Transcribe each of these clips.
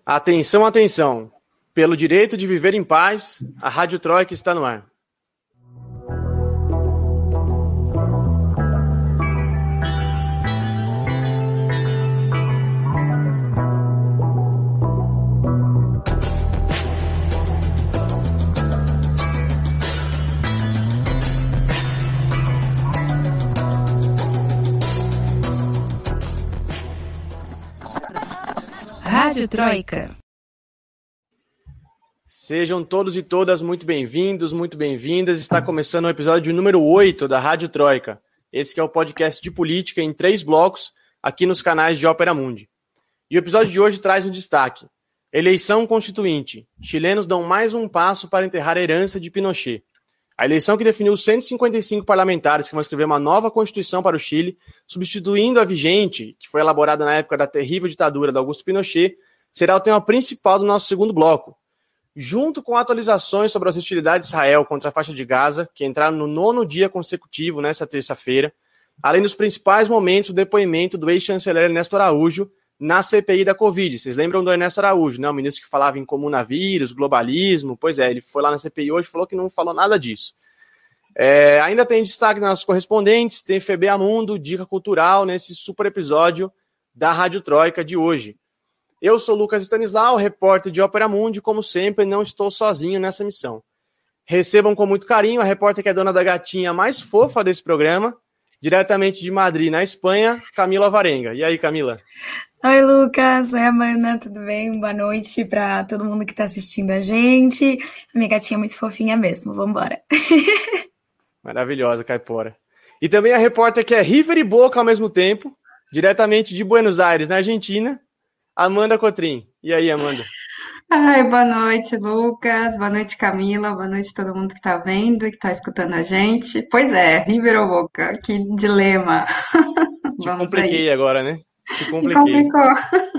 Atenção, atenção! Pelo direito de viver em paz, a Rádio Troika está no ar. Rádio Troika. Sejam todos e todas muito bem-vindos, muito bem-vindas. Está começando o episódio número 8 da Rádio Troika. Esse que é o podcast de política em 3 blocos, aqui nos canais de Ópera Mundi. E o episódio de hoje traz um destaque. Eleição constituinte. Chilenos dão mais um passo para enterrar a herança de Pinochet. A eleição que definiu 155 parlamentares que vão escrever uma nova Constituição para o Chile, substituindo a vigente, que foi elaborada na época da terrível ditadura de Augusto Pinochet, será o tema principal do nosso segundo bloco. Junto com atualizações sobre as hostilidades de Israel contra a faixa de Gaza, que entraram no 9º dia consecutivo nesta terça-feira, além dos principais momentos do depoimento do ex-chanceler Ernesto Araújo na CPI da Covid. Vocês lembram do Ernesto Araújo, né? O ministro que falava em comunavírus, globalismo. Pois é, ele foi lá na CPI hoje e falou que não falou nada disso. Ainda tem destaque nas correspondentes, tem FBA Mundo, dica cultural, nesse super episódio da Rádio Troika de hoje. Eu sou Lucas Stanislau, repórter de Ópera Mundi, como sempre, não estou sozinho nessa missão. Recebam com muito carinho a repórter que é dona da gatinha mais fofa desse programa, diretamente de Madrid, na Espanha, Camila Varenga. E aí, Camila? Oi, Lucas. Oi, Amanda. Tudo bem? Boa noite para todo mundo que está assistindo a gente. A minha gatinha é muito fofinha mesmo. Vamos embora. Maravilhosa, Caipora. E também a repórter que é River e Boca ao mesmo tempo, diretamente de Buenos Aires, na Argentina, Amanda Cotrim. E aí, Amanda? Ai, boa noite, Lucas. Boa noite, Camila. Boa noite a todo mundo que está vendo e que está escutando a gente. Pois é, River ou Boca? Que dilema. Te compliquei agora, né? Te compliquei. Me complicou.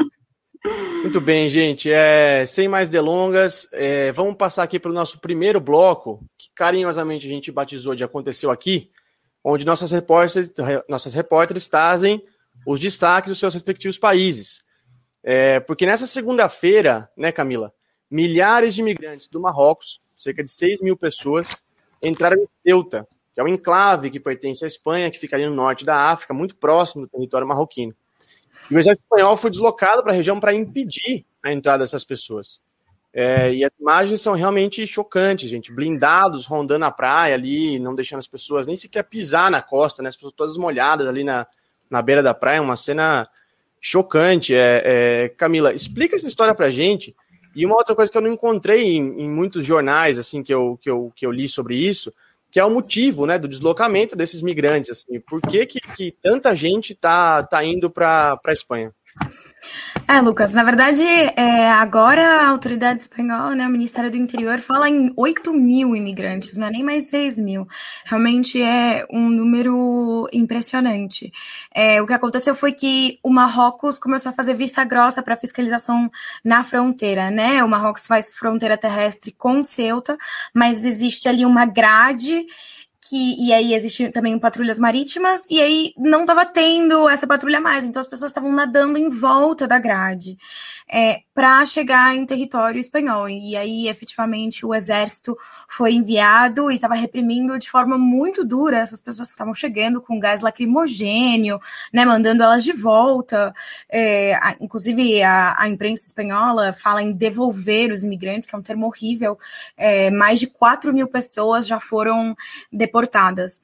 Muito bem, gente. Sem mais delongas, vamos passar aqui para o nosso primeiro bloco, que carinhosamente a gente batizou de Aconteceu Aqui, onde nossas repórteres trazem os destaques dos seus respectivos países. Porque nessa segunda-feira, né, Camila, milhares de imigrantes do Marrocos, cerca de 6 mil pessoas, entraram em Ceuta, que é um enclave que pertence à Espanha, que fica ali no norte da África, muito próximo do território marroquino. E o exército espanhol foi deslocado para a região para impedir a entrada dessas pessoas. E as imagens são realmente chocantes, gente. Blindados rondando a praia ali, não deixando as pessoas nem sequer pisar na costa, né? As pessoas todas molhadas ali na beira da praia, uma cena chocante. Camila, explica essa história pra gente. E uma outra coisa que eu não encontrei em muitos jornais assim que eu li sobre isso, que é o motivo, né, do deslocamento desses migrantes. Assim, por que tanta gente tá indo para a Espanha? Lucas, na verdade, agora a autoridade espanhola, né, o Ministério do Interior, fala em 8 mil imigrantes, não é nem mais 6 mil. Realmente é um número impressionante. O que aconteceu foi que o Marrocos começou a fazer vista grossa para fiscalização na fronteira, né? O Marrocos faz fronteira terrestre com Ceuta, mas existe ali uma grade e aí existem também patrulhas marítimas, e aí não estava tendo essa patrulha mais, então as pessoas estavam nadando em volta da grade para chegar em território espanhol, e aí efetivamente o exército foi enviado e estava reprimindo de forma muito dura essas pessoas que estavam chegando com gás lacrimogênio, né, mandando elas de volta. Inclusive a imprensa espanhola fala em devolver os imigrantes, que é um termo horrível. Mais de 4 mil pessoas já foram deportadas.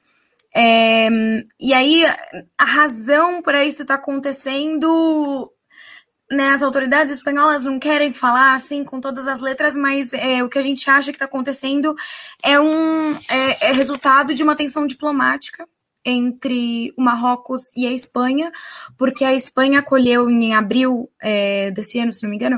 E aí, a razão para isso está acontecendo, né, as autoridades espanholas não querem falar assim com todas as letras, mas o que a gente acha que está acontecendo é resultado de uma tensão diplomática entre o Marrocos e a Espanha, porque a Espanha acolheu em abril desse ano, se não me engano,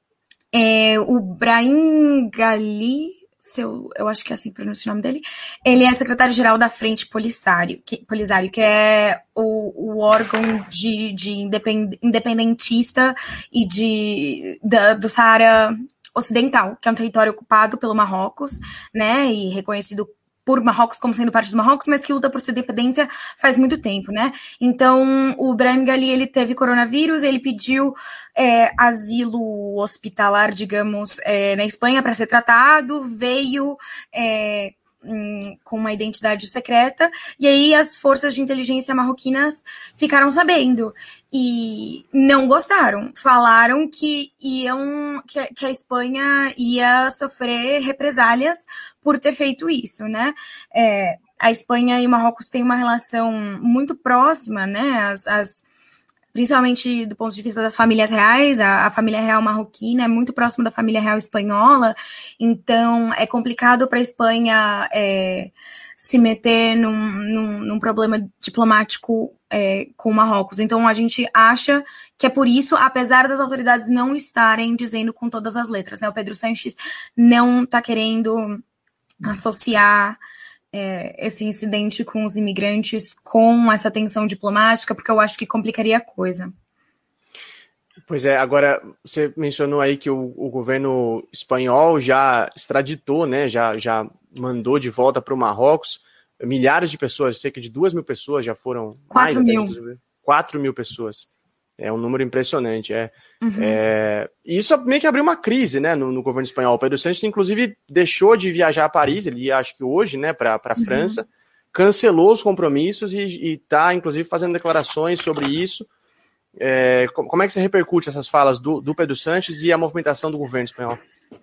o Brahim Ghali, eu acho que é assim que pronuncia o nome dele. Ele é secretário-geral da Frente Polisário, que é o órgão de independentista e do Saara Ocidental, que é um território ocupado pelo Marrocos, né, e reconhecido por Marrocos como sendo parte do Marrocos, mas que luta por sua independência faz muito tempo, né? Então, o Brahim Ghali, ele teve coronavírus, ele pediu asilo hospitalar, digamos, na Espanha para ser tratado, veio com uma identidade secreta, e aí as forças de inteligência marroquinas ficaram sabendo e não gostaram. Falaram que a Espanha ia sofrer represálias por ter feito isso, né? A Espanha e o Marrocos têm uma relação muito próxima, né? Principalmente do ponto de vista das famílias reais, a família real marroquina é muito próxima da família real espanhola, então é complicado para a Espanha se meter num problema diplomático com o Marrocos. Então a gente acha que é por isso, apesar das autoridades não estarem dizendo com todas as letras, né? O Pedro Sánchez não está querendo associar esse incidente com os imigrantes com essa tensão diplomática, porque eu acho que complicaria a coisa. Pois é, agora você mencionou aí que o governo espanhol já extraditou, né, já mandou de volta para o Marrocos milhares de pessoas, cerca de 2.000 pessoas já foram. 4.000. 4.000 pessoas. É um número impressionante. E isso meio que abriu uma crise, né, no governo espanhol. O Pedro Sánchez, inclusive, deixou de viajar a Paris, ele ia, acho que hoje, né, para a França, cancelou os compromissos e está, inclusive, fazendo declarações sobre isso. Como é que você repercute essas falas do Pedro Sánchez e a movimentação do governo espanhol?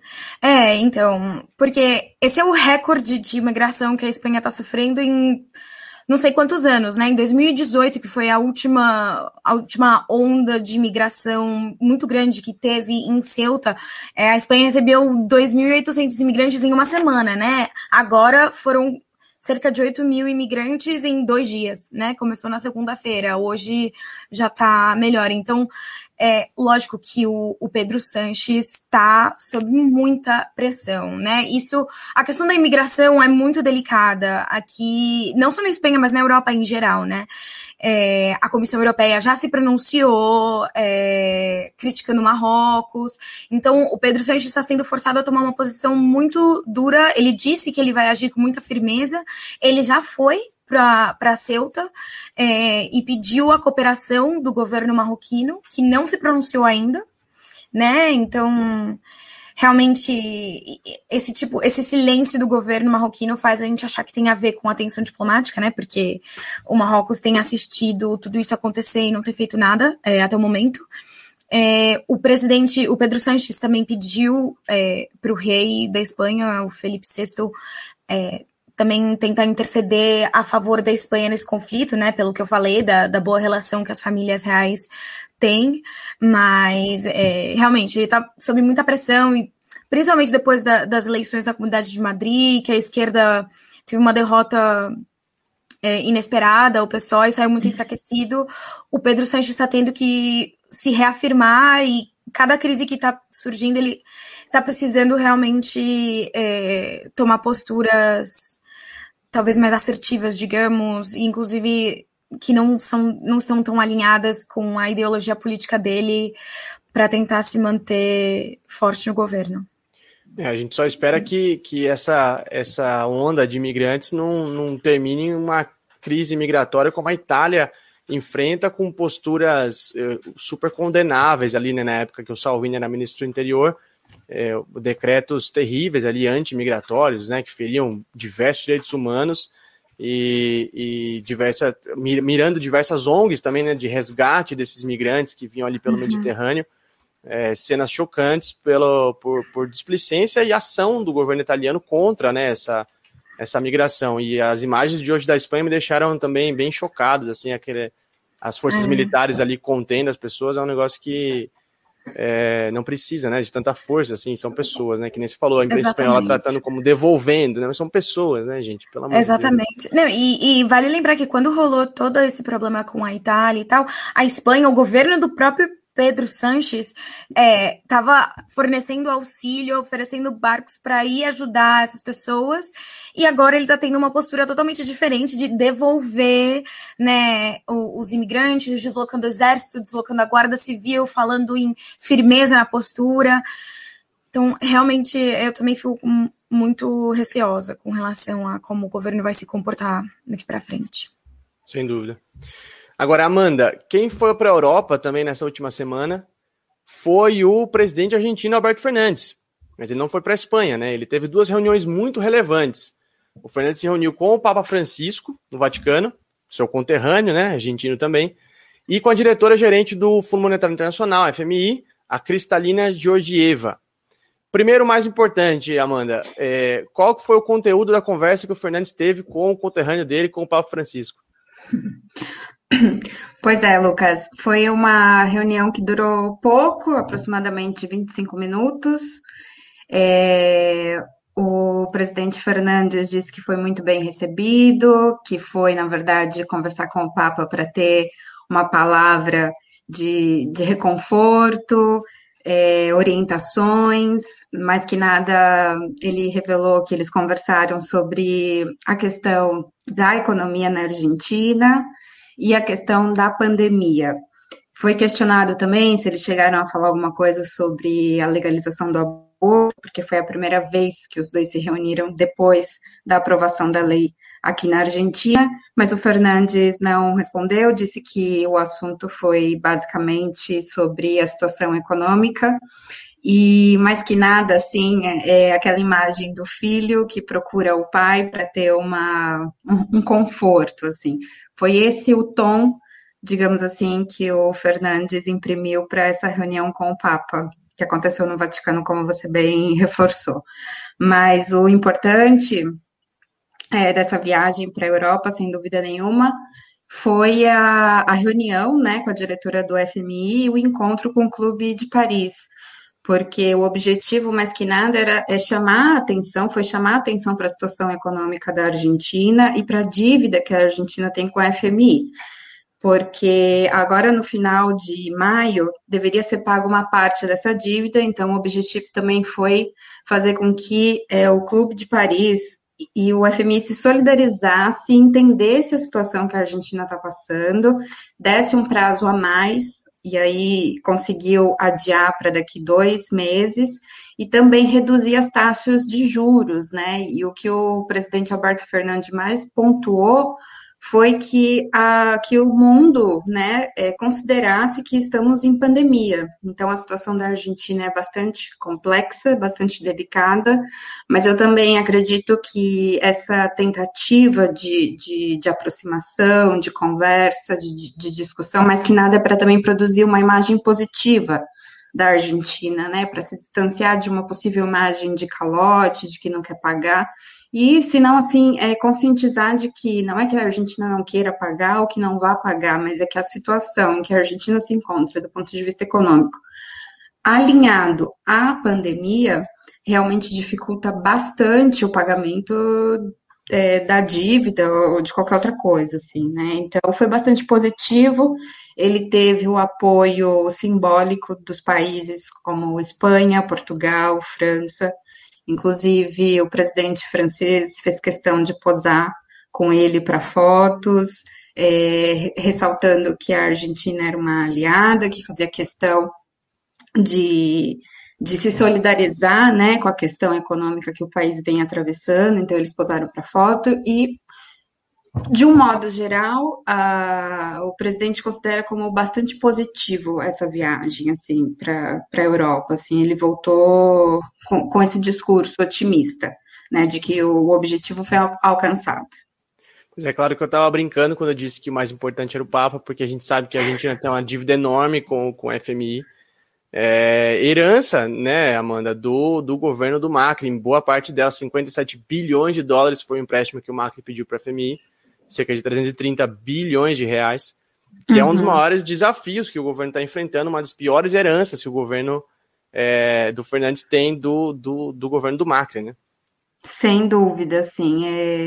Então, porque esse é o recorde de imigração que a Espanha está sofrendo em não sei quantos anos, né? Em 2018, que foi a última onda de imigração muito grande que teve em Ceuta, a Espanha recebeu 2.800 imigrantes em uma semana, né? Agora foram cerca de 8.000 imigrantes em 2 dias, né? Começou na segunda-feira, hoje já tá melhor. Então, lógico que o Pedro Sánchez está sob muita pressão, né? A questão da imigração é muito delicada aqui, não só na Espanha, mas na Europa em geral, né? A Comissão Europeia já se pronunciou criticando Marrocos. Então, o Pedro Sánchez está sendo forçado a tomar uma posição muito dura. Ele disse que ele vai agir com muita firmeza. Ele já foi para Ceuta e pediu a cooperação do governo marroquino, que não se pronunciou ainda, né? Então, realmente, esse silêncio do governo marroquino faz a gente achar que tem a ver com a tensão diplomática, né? Porque o Marrocos tem assistido tudo isso acontecer e não ter feito nada até o momento. O Pedro Sánchez também pediu para o rei da Espanha, o Felipe VI, também tentar interceder a favor da Espanha nesse conflito, né? Pelo que eu falei, da boa relação que as famílias reais têm, mas realmente ele está sob muita pressão, e principalmente depois das eleições da Comunidade de Madrid, que a esquerda teve uma derrota inesperada, o PSOE saiu muito enfraquecido. O Pedro Sánchez está tendo que se reafirmar, e cada crise que está surgindo, ele está precisando realmente tomar posturas talvez mais assertivas, digamos, inclusive que não estão tão alinhadas com a ideologia política dele, para tentar se manter forte no governo. A gente só espera que essa onda de imigrantes não termine em uma crise migratória como a Itália enfrenta, com posturas super condenáveis ali, né, na época que o Salvini era ministro do interior, decretos terríveis ali, anti-migratórios, né, que feriam diversos direitos humanos e mirando diversas ONGs também, né, de resgate desses migrantes que vinham ali pelo Mediterrâneo. Cenas chocantes por displicência e ação do governo italiano contra, né, essa migração. E as imagens de hoje da Espanha me deixaram também bem chocados, assim, as forças militares ali contendo as pessoas. É um negócio que não precisa, né, de tanta força, assim, são pessoas, né, que nem se falou, a imprensa espanhola tratando como devolvendo, né, mas são pessoas, né, gente, pelo amor de Deus. Exatamente. Não, e vale lembrar que quando rolou todo esse problema com a Itália e tal, a Espanha, o governo do próprio Pedro Sánchez estava fornecendo auxílio, oferecendo barcos para ir ajudar essas pessoas, e agora ele está tendo uma postura totalmente diferente de devolver, né, os imigrantes, deslocando o exército, deslocando a guarda civil, falando em firmeza na postura. Então, realmente, eu também fico muito receosa com relação a como o governo vai se comportar daqui para frente. Sem dúvida. Agora, Amanda, quem foi para a Europa também nessa última semana foi o presidente argentino Alberto Fernandes, mas ele não foi para a Espanha, né? Ele teve 2 reuniões muito relevantes. O Fernandes se reuniu com o Papa Francisco, no Vaticano, seu conterrâneo, né, argentino também, e com a diretora-gerente do Fundo Monetário Internacional, FMI, a Kristalina Georgieva. Primeiro, mais importante, Amanda, qual foi o conteúdo da conversa que o Fernandes teve com o conterrâneo dele, com o Papa Francisco? Pois é, Lucas, foi uma reunião que durou pouco, aproximadamente 25 minutos. O presidente Fernandes disse que foi muito bem recebido, que foi, na verdade, conversar com o Papa para ter uma palavra de reconforto, orientações, mais que nada ele revelou que eles conversaram sobre a questão da economia na Argentina e a questão da pandemia. Foi questionado também se eles chegaram a falar alguma coisa sobre a legalização do aborto, porque foi a primeira vez que os dois se reuniram depois da aprovação da lei aqui na Argentina, mas o Fernandes não respondeu, disse que o assunto foi basicamente sobre a situação econômica e, mais que nada, assim, aquela imagem do filho que procura o pai para ter um conforto, assim. Foi esse o tom, digamos assim, que o Fernandes imprimiu para essa reunião com o Papa, que aconteceu no Vaticano, como você bem reforçou. Mas o importante dessa viagem para a Europa, sem dúvida nenhuma, foi a reunião, né, com a diretora do FMI e o encontro com o Clube de Paris, porque o objetivo, mais que nada, chamar a atenção para a situação econômica da Argentina e para a dívida que a Argentina tem com a FMI, porque agora no final de maio deveria ser paga uma parte dessa dívida, então o objetivo também foi fazer com que o Clube de Paris e o FMI se solidarizasse, entendesse a situação que a Argentina está passando, desse um prazo a mais, e aí conseguiu adiar para daqui 2 meses, e também reduzir as taxas de juros, né? E o que o presidente Alberto Fernandes mais pontuou foi que o mundo, né, considerasse que estamos em pandemia. Então, a situação da Argentina é bastante complexa, bastante delicada, mas eu também acredito que essa tentativa de aproximação, de conversa, de discussão, mais que nada é para também produzir uma imagem positiva da Argentina, né, para se distanciar de uma possível imagem de calote, de que não quer pagar. E, se não, assim, conscientizar de que não é que a Argentina não queira pagar ou que não vá pagar, mas é que a situação em que a Argentina se encontra, do ponto de vista econômico, alinhado à pandemia, realmente dificulta bastante o pagamento da dívida ou de qualquer outra coisa, assim, né? Então, foi bastante positivo. Ele teve o apoio simbólico dos países como Espanha, Portugal, França. Inclusive, o presidente francês fez questão de posar com ele para fotos, ressaltando que a Argentina era uma aliada, que fazia questão de se solidarizar, né, com a questão econômica que o país vem atravessando. Então, eles posaram para foto e, de um modo geral, o presidente considera como bastante positivo essa viagem, assim, para a Europa, assim, ele voltou com esse discurso otimista, né, de que o objetivo foi alcançado. Pois é, claro que eu estava brincando quando eu disse que o mais importante era o Papa, porque a gente sabe que a Argentina tem uma dívida enorme com o FMI, herança, né, Amanda, do governo do Macri, em boa parte dela, 57 bilhões de dólares foi o empréstimo que o Macri pediu para a FMI, cerca de 330 bilhões de reais, que é um dos maiores desafios que o governo está enfrentando, uma das piores heranças que o governo do Fernandes tem do governo do Macri, né? Sem dúvida, sim.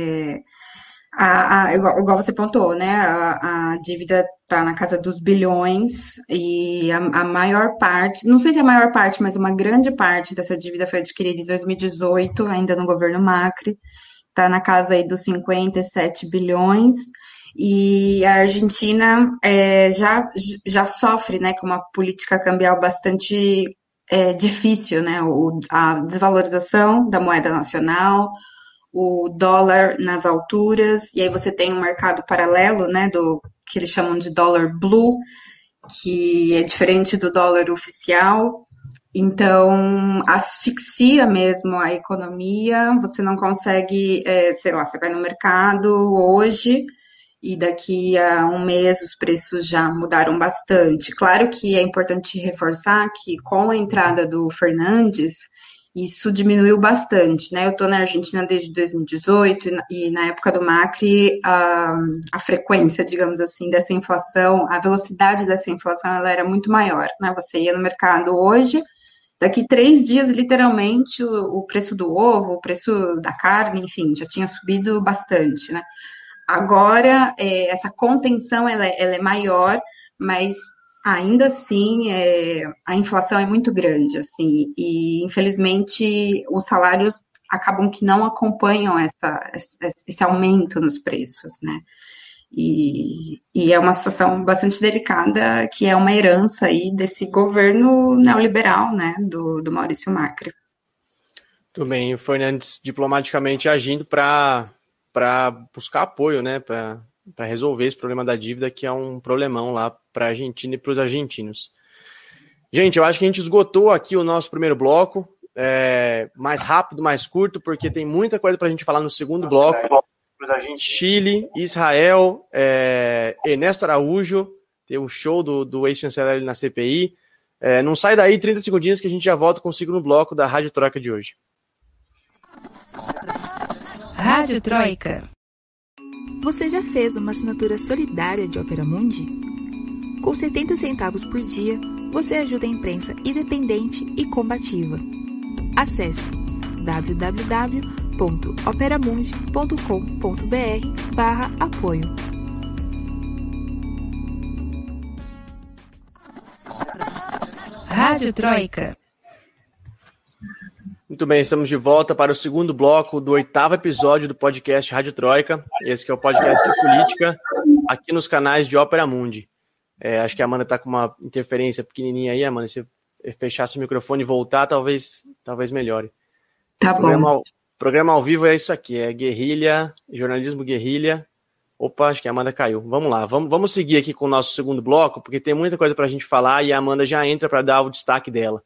Igual você pontuou, né? A dívida está na casa dos bilhões e a maior parte, não sei se a maior parte, mas uma grande parte dessa dívida foi adquirida em 2018, ainda no governo Macri. Está na casa aí dos 57 bilhões, e a Argentina já sofre, né, com uma política cambial bastante difícil, né? A desvalorização da moeda nacional, o dólar nas alturas, e aí você tem um mercado paralelo, né, do que eles chamam de dólar blue, que é diferente do dólar oficial. Então, asfixia mesmo a economia, você não consegue, sei lá, você vai no mercado hoje e daqui a um mês os preços já mudaram bastante. Claro que é importante reforçar que com a entrada do Fernandes, isso diminuiu bastante, né? Eu estou na Argentina desde 2018 e na época do Macri, a frequência, digamos assim, dessa inflação, a velocidade dessa inflação, ela era muito maior, né? Você ia no mercado hoje, daqui 3 dias, literalmente, o preço do ovo, o preço da carne, enfim, já tinha subido bastante, né? Agora, essa contenção, ela é maior, mas ainda assim, a inflação é muito grande, assim, e infelizmente os salários acabam que não acompanham esse aumento nos preços, né? E é uma situação bastante delicada, que é uma herança aí desse governo neoliberal, né, do Maurício Macri. Tudo bem, o Fernandes diplomaticamente agindo para buscar apoio, né, para resolver esse problema da dívida, que é um problemão lá para a Argentina e para os argentinos. Gente, eu acho que a gente esgotou aqui o nosso primeiro bloco, mais rápido, mais curto, porque tem muita coisa para a gente falar no segundo bloco. Chile, Israel, Ernesto Araújo, tem um show do ex-chanceler na CPI. Não sai daí, 30 segundinhos que a gente já volta consigo no bloco da Rádio Troika de hoje. Rádio Troika. Você já fez uma assinatura solidária de Opera Mundi? Com 70 centavos por dia, você ajuda a imprensa independente e combativa. Acesse www.operamundi.com.br/apoio. Rádio Troika. Muito bem, estamos de volta para o segundo bloco do 8º episódio do podcast Rádio Troika. Esse que é o podcast de política aqui nos canais de Opera Mundi. Acho que a Amanda está com uma interferência pequenininha aí, Amanda. Se fechasse o microfone e voltar, talvez melhore. Tá bom. Programa ao vivo é isso aqui, é guerrilha, jornalismo guerrilha. Opa, acho que a Amanda caiu. Vamos lá, vamos seguir aqui com o nosso segundo bloco, porque tem muita coisa para a gente falar e a Amanda já entra para dar o destaque dela.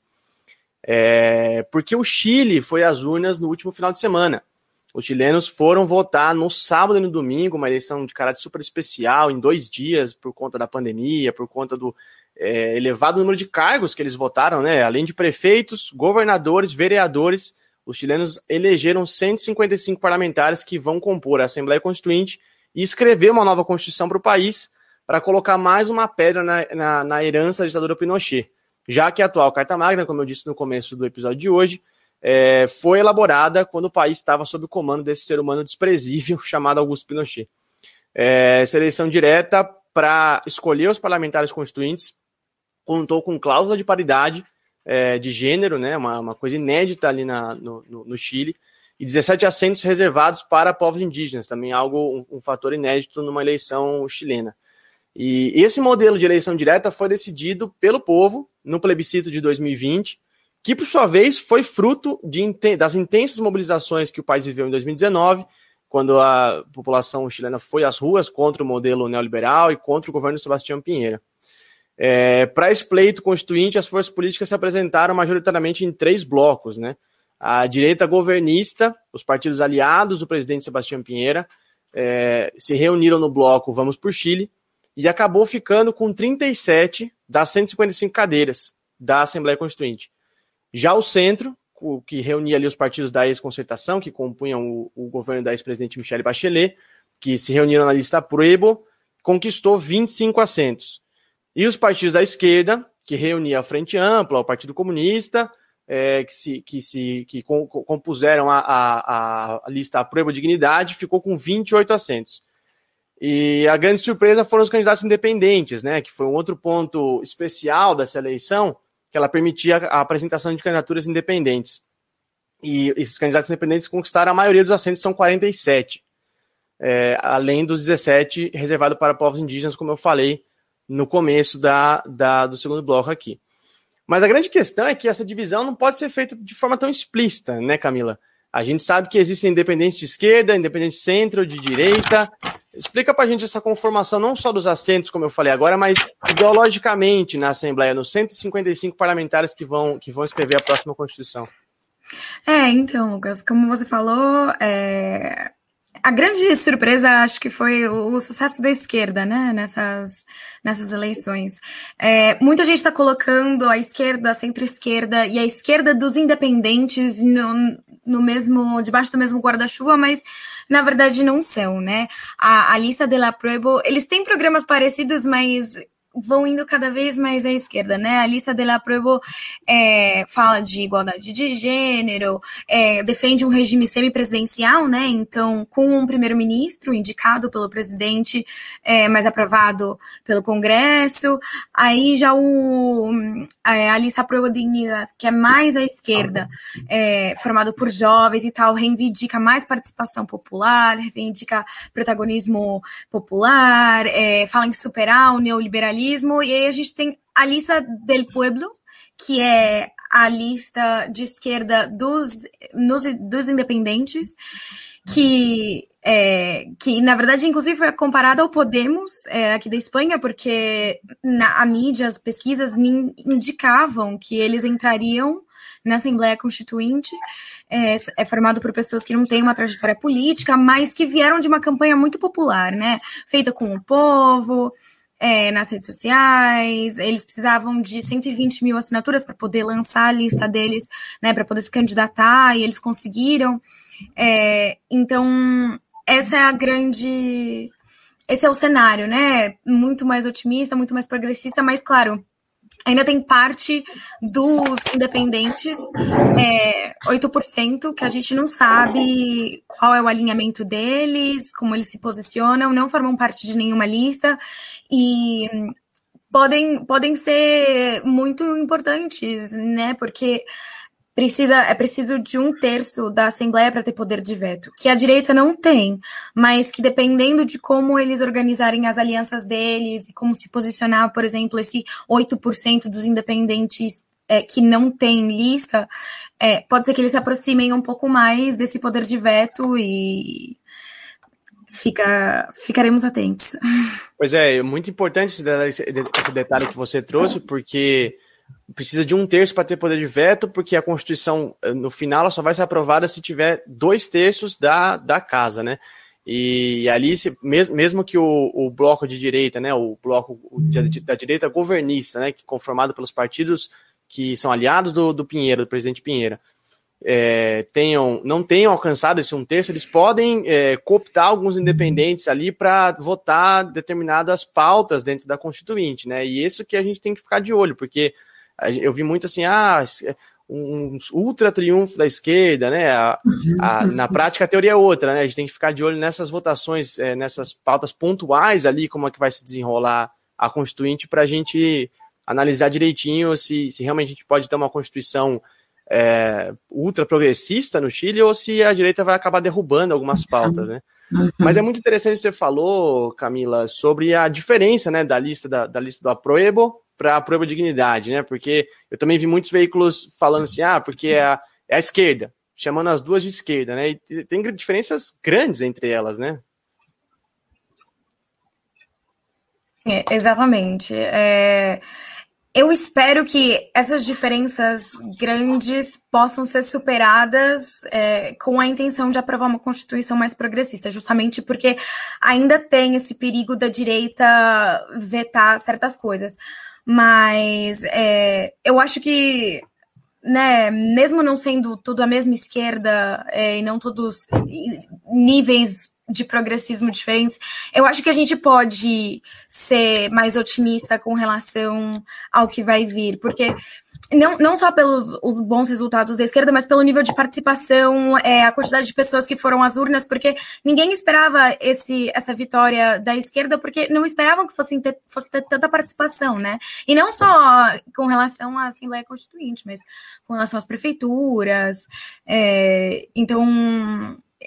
Porque o Chile foi às urnas no último final de semana. Os chilenos foram votar no sábado e no domingo, uma eleição de caráter super especial, em 2 dias, por conta da pandemia, por conta do elevado número de cargos que eles votaram, né? Além de prefeitos, governadores, vereadores, os chilenos elegeram 155 parlamentares que vão compor a Assembleia Constituinte e escrever uma nova Constituição para o país, para colocar mais uma pedra na herança da ditadura Pinochet. Já que a atual Carta Magna, como eu disse no começo do episódio de hoje, foi elaborada quando o país estava sob o comando desse ser humano desprezível chamado Augusto Pinochet. Essa eleição direta para escolher os parlamentares constituintes contou com cláusula de paridade de gênero, né, uma coisa inédita ali no Chile, e 17 assentos reservados para povos indígenas, também um fator inédito numa eleição chilena. E esse modelo de eleição direta foi decidido pelo povo no plebiscito de 2020, que, por sua vez, foi fruto das intensas mobilizações que o país viveu em 2019, quando a população chilena foi às ruas contra o modelo neoliberal e contra o governo de Sebastião Pinheira. Para esse pleito constituinte, as forças políticas se apresentaram majoritariamente em 3 blocos, né? A direita governista, os partidos aliados do presidente Sebastião Pinheira, se reuniram no bloco Vamos por Chile, e acabou ficando com 37 das 155 cadeiras da Assembleia Constituinte. Já o centro, que reunia ali os partidos da ex-concertação, que compunham o governo da ex-presidente Michelle Bachelet, que se reuniram na lista Apruebo, conquistou 25 assentos. E os partidos da esquerda, que reunia a Frente Ampla, o Partido Comunista, que compuseram a lista Apruebo Dignidade, ficou com 28 assentos. E a grande surpresa foram os candidatos independentes, né, que foi um outro ponto especial dessa eleição, que ela permitia a apresentação de candidaturas independentes. E esses candidatos independentes conquistaram a maioria dos assentos, são 47, além dos 17 reservados para povos indígenas, como eu falei no começo do segundo bloco aqui. Mas a grande questão é que essa divisão não pode ser feita de forma tão explícita, né, Camila? A gente sabe que existem independentes de esquerda, independentes de centro, de direita. Explica pra gente essa conformação não só dos assentos, como eu falei agora, mas ideologicamente na Assembleia, nos 155 parlamentares que vão escrever a próxima Constituição. Então, Lucas, como você falou, a grande surpresa, acho que foi o sucesso da esquerda, né, nessas eleições. Muita gente está colocando a esquerda, a centro-esquerda e a esquerda dos independentes debaixo do mesmo guarda-chuva, mas na verdade não são, né? A lista de la Prueba, eles têm programas parecidos, mas vão indo cada vez mais à esquerda, né? A lista de la Prueba fala de igualdade de gênero, defende um regime semipresidencial, né? Então, com um primeiro-ministro indicado pelo presidente, mas aprovado pelo Congresso. Aí já a lista Prueba Dignidade, que é mais à esquerda, formado por jovens e tal, reivindica mais participação popular, reivindica protagonismo popular, fala em superar o neoliberalismo. E aí a gente tem a lista del Pueblo, que é a lista de esquerda dos independentes, que na verdade, inclusive, foi comparada ao Podemos, aqui da Espanha, porque a mídia, as pesquisas indicavam que eles entrariam na Assembleia Constituinte, formado por pessoas que não têm uma trajetória política, mas que vieram de uma campanha muito popular, né? Feita com o povo, nas redes sociais. Eles precisavam de 120 mil assinaturas para poder lançar a lista deles, né, para poder se candidatar, e eles conseguiram. Então, esse é o cenário, né? Muito mais otimista, muito mais progressista, mas, claro, ainda tem parte dos independentes, 8%, que a gente não sabe qual é o alinhamento deles, como eles se posicionam, não formam parte de nenhuma lista e podem ser muito importantes, né? Porque é preciso de 1/3 da Assembleia para ter poder de veto, que a direita não tem, mas que dependendo de como eles organizarem as alianças deles e como se posicionar, por exemplo, esse 8% dos independentes que não tem lista, pode ser que eles se aproximem um pouco mais desse poder de veto e ficaremos atentos. Pois é muito importante esse detalhe que você trouxe, porque precisa de 1/3 para ter poder de veto, porque a Constituição, no final, ela só vai ser aprovada se tiver 2/3 da casa, né? E ali, mesmo que o bloco de direita, né, o bloco da direita governista, né, conformado pelos partidos que são aliados do Pinheiro, do presidente Pinheira, não tenham alcançado esse 1/3, eles podem cooptar alguns independentes ali para votar determinadas pautas dentro da Constituinte, né? E isso que a gente tem que ficar de olho, porque eu vi muito assim, um ultra triunfo da esquerda, né? Na prática a teoria é outra, né? A gente tem que ficar de olho nessas votações, nessas pautas pontuais ali, como é que vai se desenrolar a Constituinte, para a gente analisar direitinho se realmente a gente pode ter uma Constituição ultra progressista no Chile, ou se a direita vai acabar derrubando algumas pautas, né? Mas é muito interessante que você falou, Camila, sobre a diferença, né, da lista do Apruebo para a Prueba de Dignidade, né? Porque eu também vi muitos veículos falando assim, porque é a esquerda, chamando as duas de esquerda, né? E tem diferenças grandes entre elas, né? Exatamente. Eu espero que essas diferenças grandes possam ser superadas com a intenção de aprovar uma Constituição mais progressista, justamente porque ainda tem esse perigo da direita vetar certas coisas. Mas eu acho que, né, mesmo não sendo tudo a mesma esquerda e não todos níveis de progressismo diferentes, eu acho que a gente pode ser mais otimista com relação ao que vai vir, porque não só pelos os bons resultados da esquerda, mas pelo nível de participação, a quantidade de pessoas que foram às urnas, porque ninguém esperava essa vitória da esquerda, porque não esperavam que fosse ter tanta participação, né? E não só com relação à Assembleia Constituinte, mas com relação às prefeituras. Então,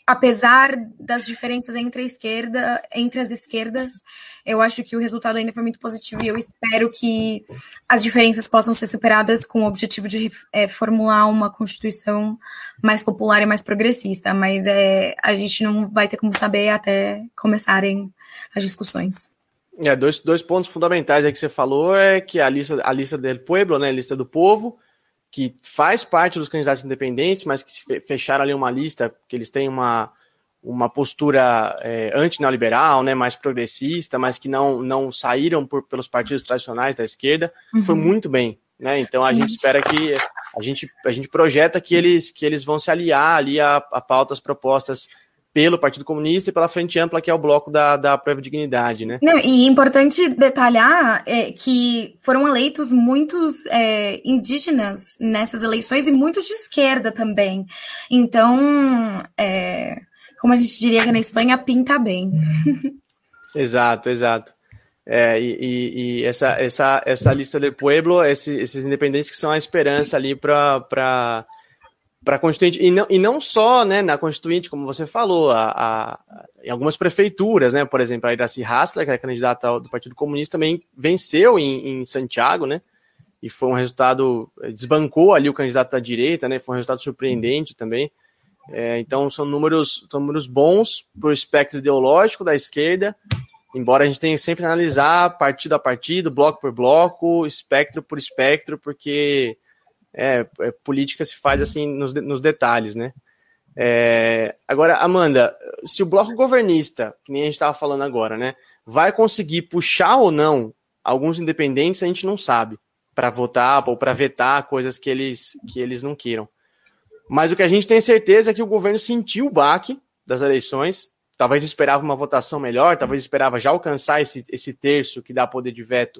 apesar das diferenças entre as esquerdas, eu acho que o resultado ainda foi muito positivo e eu espero que as diferenças possam ser superadas com o objetivo de formular uma Constituição mais popular e mais progressista, mas a gente não vai ter como saber até começarem as discussões. Dois pontos fundamentais aí que você falou é que a lista del pueblo, né, a lista do povo, que faz parte dos candidatos independentes, mas que se fecharam ali uma lista, que eles têm uma postura anti-neoliberal, né, mais progressista, mas que não saíram pelos partidos tradicionais da esquerda, foi muito bem, né? Então a gente espera que a gente projeta que eles vão se aliar ali a pautas propostas pelo Partido Comunista e pela Frente Ampla, que é o bloco da Prova de Dignidade, né? Não, e é importante detalhar que foram eleitos muitos indígenas nessas eleições e muitos de esquerda também. Então, como a gente diria que na Espanha, pinta bem. Exato. E essa lista do pueblo, esses independentes que são a esperança ali para Constituinte, e não só, né, na Constituinte, como você falou, em algumas prefeituras, né, por exemplo, a Iracy Hassler, que é candidata do Partido Comunista, também venceu em Santiago, né, e foi um resultado, desbancou ali o candidato da direita, né, foi um resultado surpreendente também. Então são números bons para o espectro ideológico da esquerda, embora a gente tenha sempre que analisar partido a partido, bloco por bloco, espectro por espectro, porque política se faz assim nos detalhes, né? Agora, Amanda, se o bloco governista, que nem a gente estava falando agora, né, vai conseguir puxar ou não alguns independentes, a gente não sabe, para votar ou para vetar coisas que eles não queiram. Mas o que a gente tem certeza é que o governo sentiu o baque das eleições, talvez esperava uma votação melhor, talvez esperava já alcançar esse terço que dá poder de veto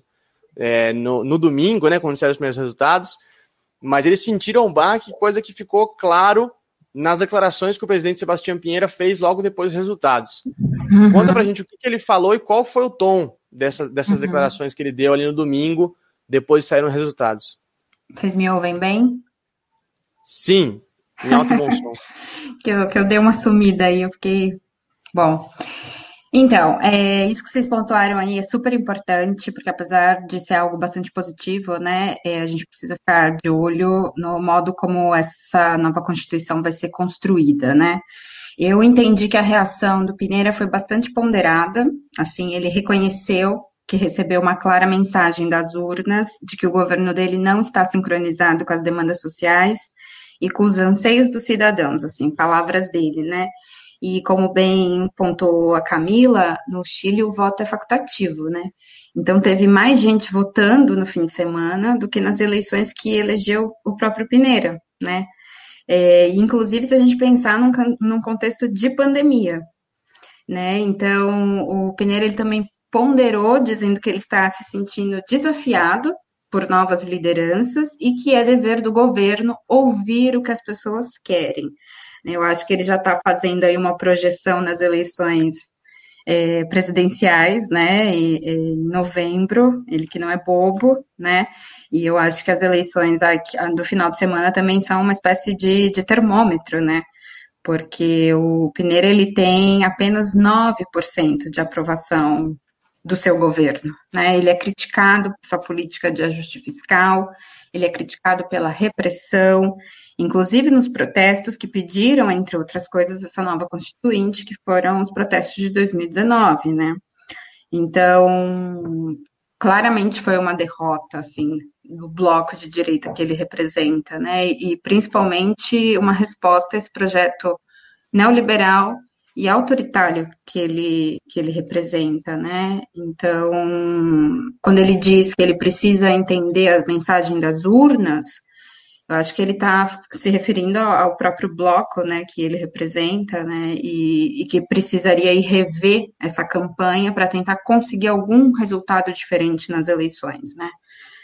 no domingo, né, quando saíram os primeiros resultados, mas eles sentiram um baque, coisa que ficou claro nas declarações que o presidente Sebastião Pinheira fez logo depois dos resultados. Conta pra gente o que ele falou e qual foi o tom dessas declarações que ele deu ali no domingo, depois de saíram os resultados. Vocês me ouvem bem? Sim, em alto e bom som. que eu dei uma sumida aí, eu fiquei... Bom... Então, isso que vocês pontuaram aí é super importante, porque apesar de ser algo bastante positivo, né, a gente precisa ficar de olho no modo como essa nova Constituição vai ser construída, né. Eu entendi que a reação do Pinheira foi bastante ponderada, assim, ele reconheceu que recebeu uma clara mensagem das urnas de que o governo dele não está sincronizado com as demandas sociais e com os anseios dos cidadãos, assim, palavras dele, né. E como bem pontuou a Camila, no Chile o voto é facultativo, né? Então teve mais gente votando no fim de semana do que nas eleições que elegeu o próprio Pinheira, né? Inclusive se a gente pensar num contexto de pandemia, né? Então o Pinheira ele também ponderou, dizendo que ele está se sentindo desafiado por novas lideranças e que é dever do governo ouvir o que as pessoas querem. Eu acho que ele já está fazendo aí uma projeção nas eleições presidenciais, né, em novembro, ele que não é bobo, né, e eu acho que as eleições do final de semana também são uma espécie de termômetro, né, porque o Pinheira, ele tem apenas 9% de aprovação do seu governo, né, ele é criticado por sua política de ajuste fiscal, ele é criticado pela repressão, inclusive nos protestos que pediram, entre outras coisas, essa nova Constituinte, que foram os protestos de 2019, né? Então, claramente foi uma derrota, assim, do bloco de direita que ele representa, né? E principalmente uma resposta a esse projeto neoliberal e autoritário que ele representa, né? Então, quando ele diz que ele precisa entender a mensagem das urnas, eu acho que ele está se referindo ao próprio bloco, né, que ele representa, né, e que precisaria ir rever essa campanha para tentar conseguir algum resultado diferente nas eleições, né.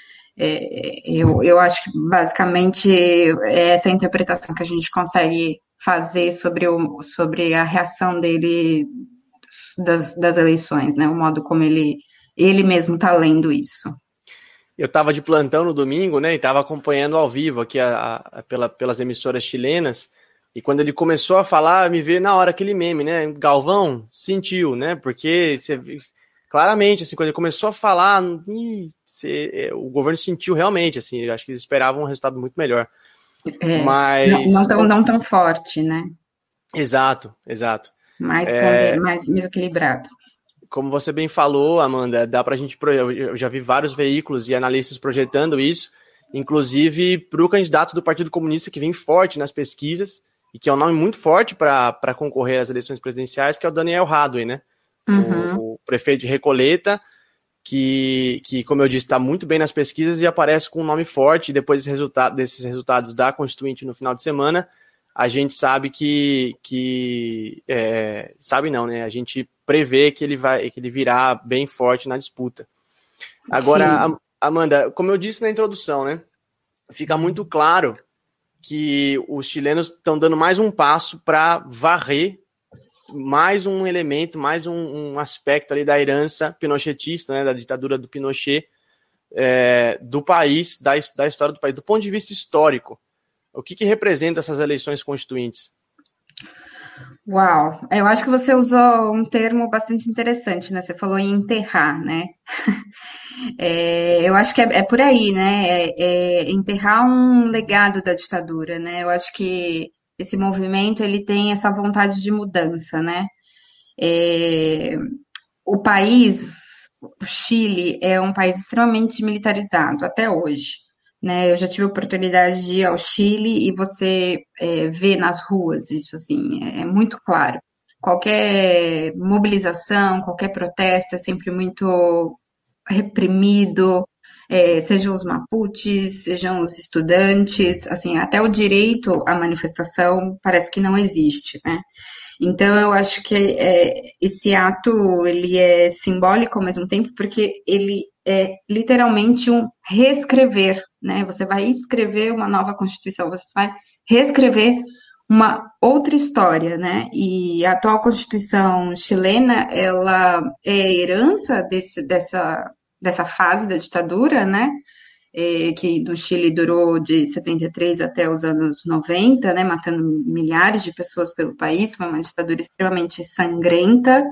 Eu acho que basicamente é essa a interpretação que a gente consegue fazer sobre a reação dele das eleições, né, o modo como ele mesmo está lendo isso. Eu estava de plantão no domingo, né, e estava acompanhando ao vivo aqui pelas emissoras chilenas E quando ele começou a falar, me veio na hora aquele meme, né? Galvão sentiu, né? Porque claramente, assim, quando ele começou a falar, o governo sentiu realmente, assim, eu acho que eles esperavam um resultado muito melhor. Mas não tão forte, né? Exato. Mais equilibrado. Como você bem falou, Amanda, dá pra gente. Eu já vi vários veículos e analistas projetando isso, inclusive para o candidato do Partido Comunista que vem forte nas pesquisas e que é um nome muito forte para concorrer às eleições presidenciais, que é o Daniel Hadley, né? O prefeito de Recoleta, que, como eu disse, está muito bem nas pesquisas e aparece com um nome forte. E depois desses resultados da Constituinte no final de semana, a gente sabe sabe não, né? A gente prevê que ele virá bem forte na disputa. Agora, Amanda, como eu disse na introdução, né? Fica muito claro que os chilenos estão dando mais um passo para varrer mais um elemento, mais um aspecto ali da herança pinochetista, né? Da ditadura do Pinochet, do país, da história do país, do ponto de vista histórico. O que representa essas eleições constituintes? Uau, eu acho que você usou um termo bastante interessante, né? Você falou em enterrar, né? Eu acho que é por aí, né? Enterrar um legado da ditadura, né? Eu acho que esse movimento ele tem essa vontade de mudança, né? O país, o Chile, é um país extremamente militarizado até hoje, né? Eu já tive a oportunidade de ir ao Chile e você vê nas ruas isso, assim, é muito claro. Qualquer mobilização, qualquer protesto é sempre muito reprimido, sejam os mapuches, sejam os estudantes, assim, até o direito à manifestação parece que não existe, né? Então, eu acho que esse ato, ele é simbólico ao mesmo tempo, porque ele é literalmente um reescrever, né? Você vai escrever uma nova Constituição, você vai reescrever uma outra história, né? E a atual Constituição chilena, ela é herança dessa fase da ditadura, né? Que no Chile durou de 73 até os anos 90, né, matando milhares de pessoas pelo país, foi uma ditadura extremamente sangrenta,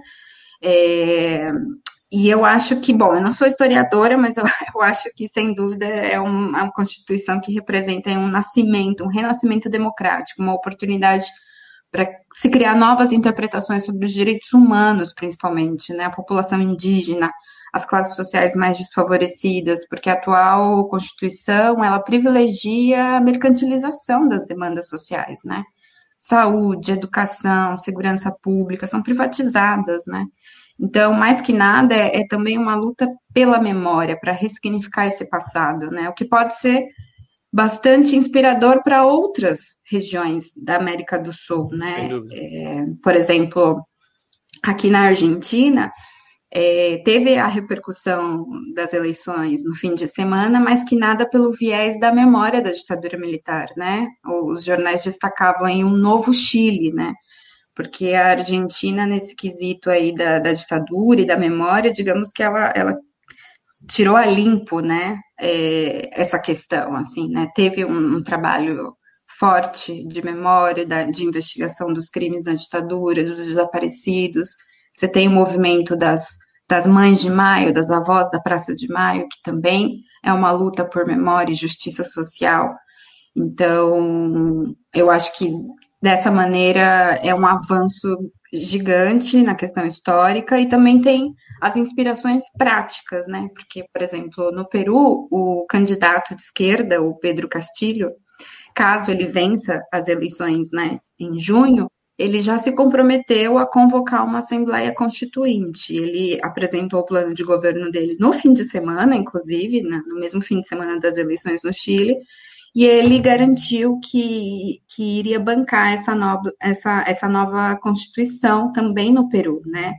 e eu acho que, bom, eu não sou historiadora, mas eu acho que, sem dúvida, é uma Constituição que representa um nascimento, um renascimento democrático, uma oportunidade para se criar novas interpretações sobre os direitos humanos, principalmente, né, a população indígena, as classes sociais mais desfavorecidas, porque a atual Constituição, ela privilegia a mercantilização das demandas sociais, né? Saúde, educação, segurança pública são privatizadas, né? Então, mais que nada, é também uma luta pela memória, para ressignificar esse passado, né? O que pode ser bastante inspirador para outras regiões da América do Sul, né? Sem dúvida. Por exemplo, aqui na Argentina, teve a repercussão das eleições no fim de semana, mas que nada pelo viés da memória da ditadura militar, né? Os jornais destacavam aí um novo Chile, né? Porque a Argentina, nesse quesito aí da ditadura e da memória, digamos que ela tirou a limpo, né? Essa questão, assim, né? Teve um trabalho forte de memória, de investigação dos crimes da ditadura, dos desaparecidos. Você tem o movimento das Mães de Maio, das avós da Praça de Maio, que também é uma luta por memória e justiça social. Então, eu acho que dessa maneira é um avanço gigante na questão histórica e também tem as inspirações práticas, né? Porque, por exemplo, no Peru, o candidato de esquerda, o Pedro Castillo, caso ele vença as eleições, né, em junho, ele já se comprometeu a convocar uma Assembleia Constituinte. Ele apresentou o plano de governo dele no fim de semana, inclusive, no mesmo fim de semana das eleições no Chile, e ele garantiu que iria bancar essa nova Constituição também no Peru, né?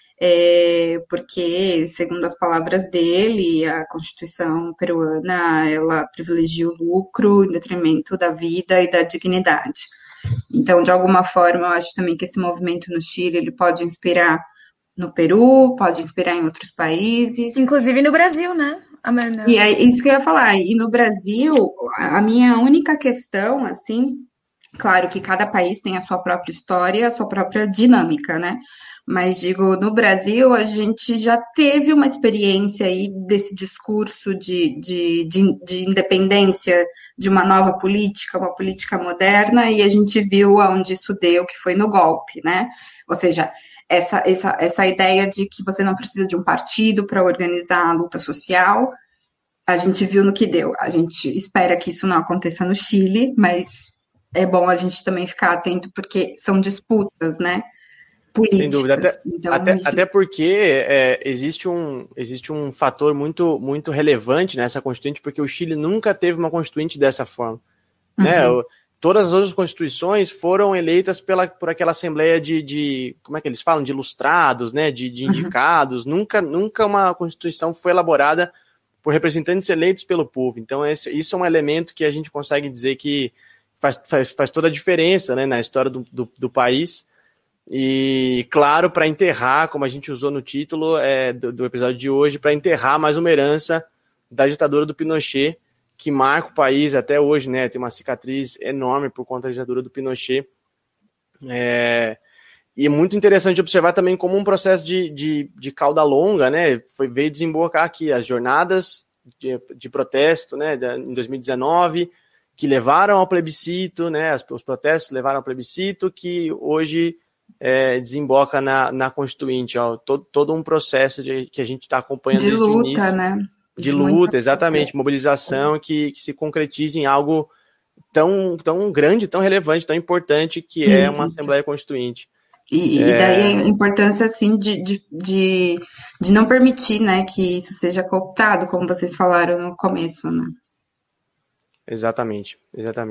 Porque, segundo as palavras dele, a Constituição peruana, ela privilegia o lucro em detrimento da vida e da dignidade. Então, de alguma forma, eu acho também que esse movimento no Chile, ele pode inspirar no Peru, pode inspirar em outros países. Inclusive no Brasil, né, Amanda? E é isso que eu ia falar. E no Brasil, a minha única questão, assim, Claro que cada país tem a sua própria história, a sua própria dinâmica, né? Mas digo, no Brasil, a gente já teve uma experiência aí desse discurso de independência de uma nova política, uma política moderna, e a gente viu aonde isso deu, que foi no golpe, né? Ou seja, essa ideia de que você não precisa de um partido para organizar a luta social, a gente viu no que deu. A gente espera que isso não aconteça no Chile, mas é bom a gente também ficar atento, porque são disputas, né? Políticas. Sem dúvida, Então, até porque existe um fator muito, muito relevante nessa Constituinte, porque o Chile nunca teve uma Constituinte dessa forma. Né? Todas as outras constituições foram eleitas por aquela assembleia de como é que eles falam? De ilustrados, né? de indicados. Nunca uma Constituição foi elaborada por representantes eleitos pelo povo. Então, isso é um elemento que a gente consegue dizer que faz toda a diferença, né, na história do país. E, claro, para enterrar, como a gente usou no título do episódio de hoje, para enterrar mais uma herança da ditadura do Pinochet, que marca o país até hoje, né? Tem uma cicatriz enorme por conta da ditadura do Pinochet. E é muito interessante observar também como um processo de cauda longa, né? Veio desembocar aqui as jornadas de protesto, né? Em 2019, que levaram ao plebiscito, né? Os protestos levaram ao plebiscito, que hoje desemboca na Constituinte, ó, todo um processo que a gente está acompanhando desde o início. De luta, né? De luta, exatamente, mobilização que se concretiza em algo tão grande, tão relevante, tão importante, que é uma Assembleia Constituinte. E daí a importância, assim, de não permitir, né, que isso seja cooptado, como vocês falaram no começo, né? Exatamente.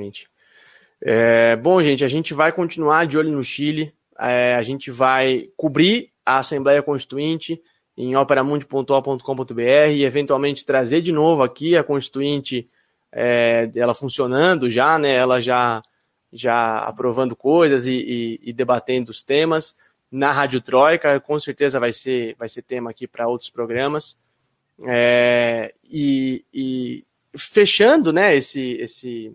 Bom, gente, a gente vai continuar de olho no Chile, a gente vai cobrir a Assembleia Constituinte em operamundi.com.br e eventualmente trazer de novo aqui a Constituinte, ela funcionando já, né, ela já aprovando coisas e debatendo os temas na Rádio Troika. Com certeza vai ser tema aqui para outros programas. E fechando, né, esse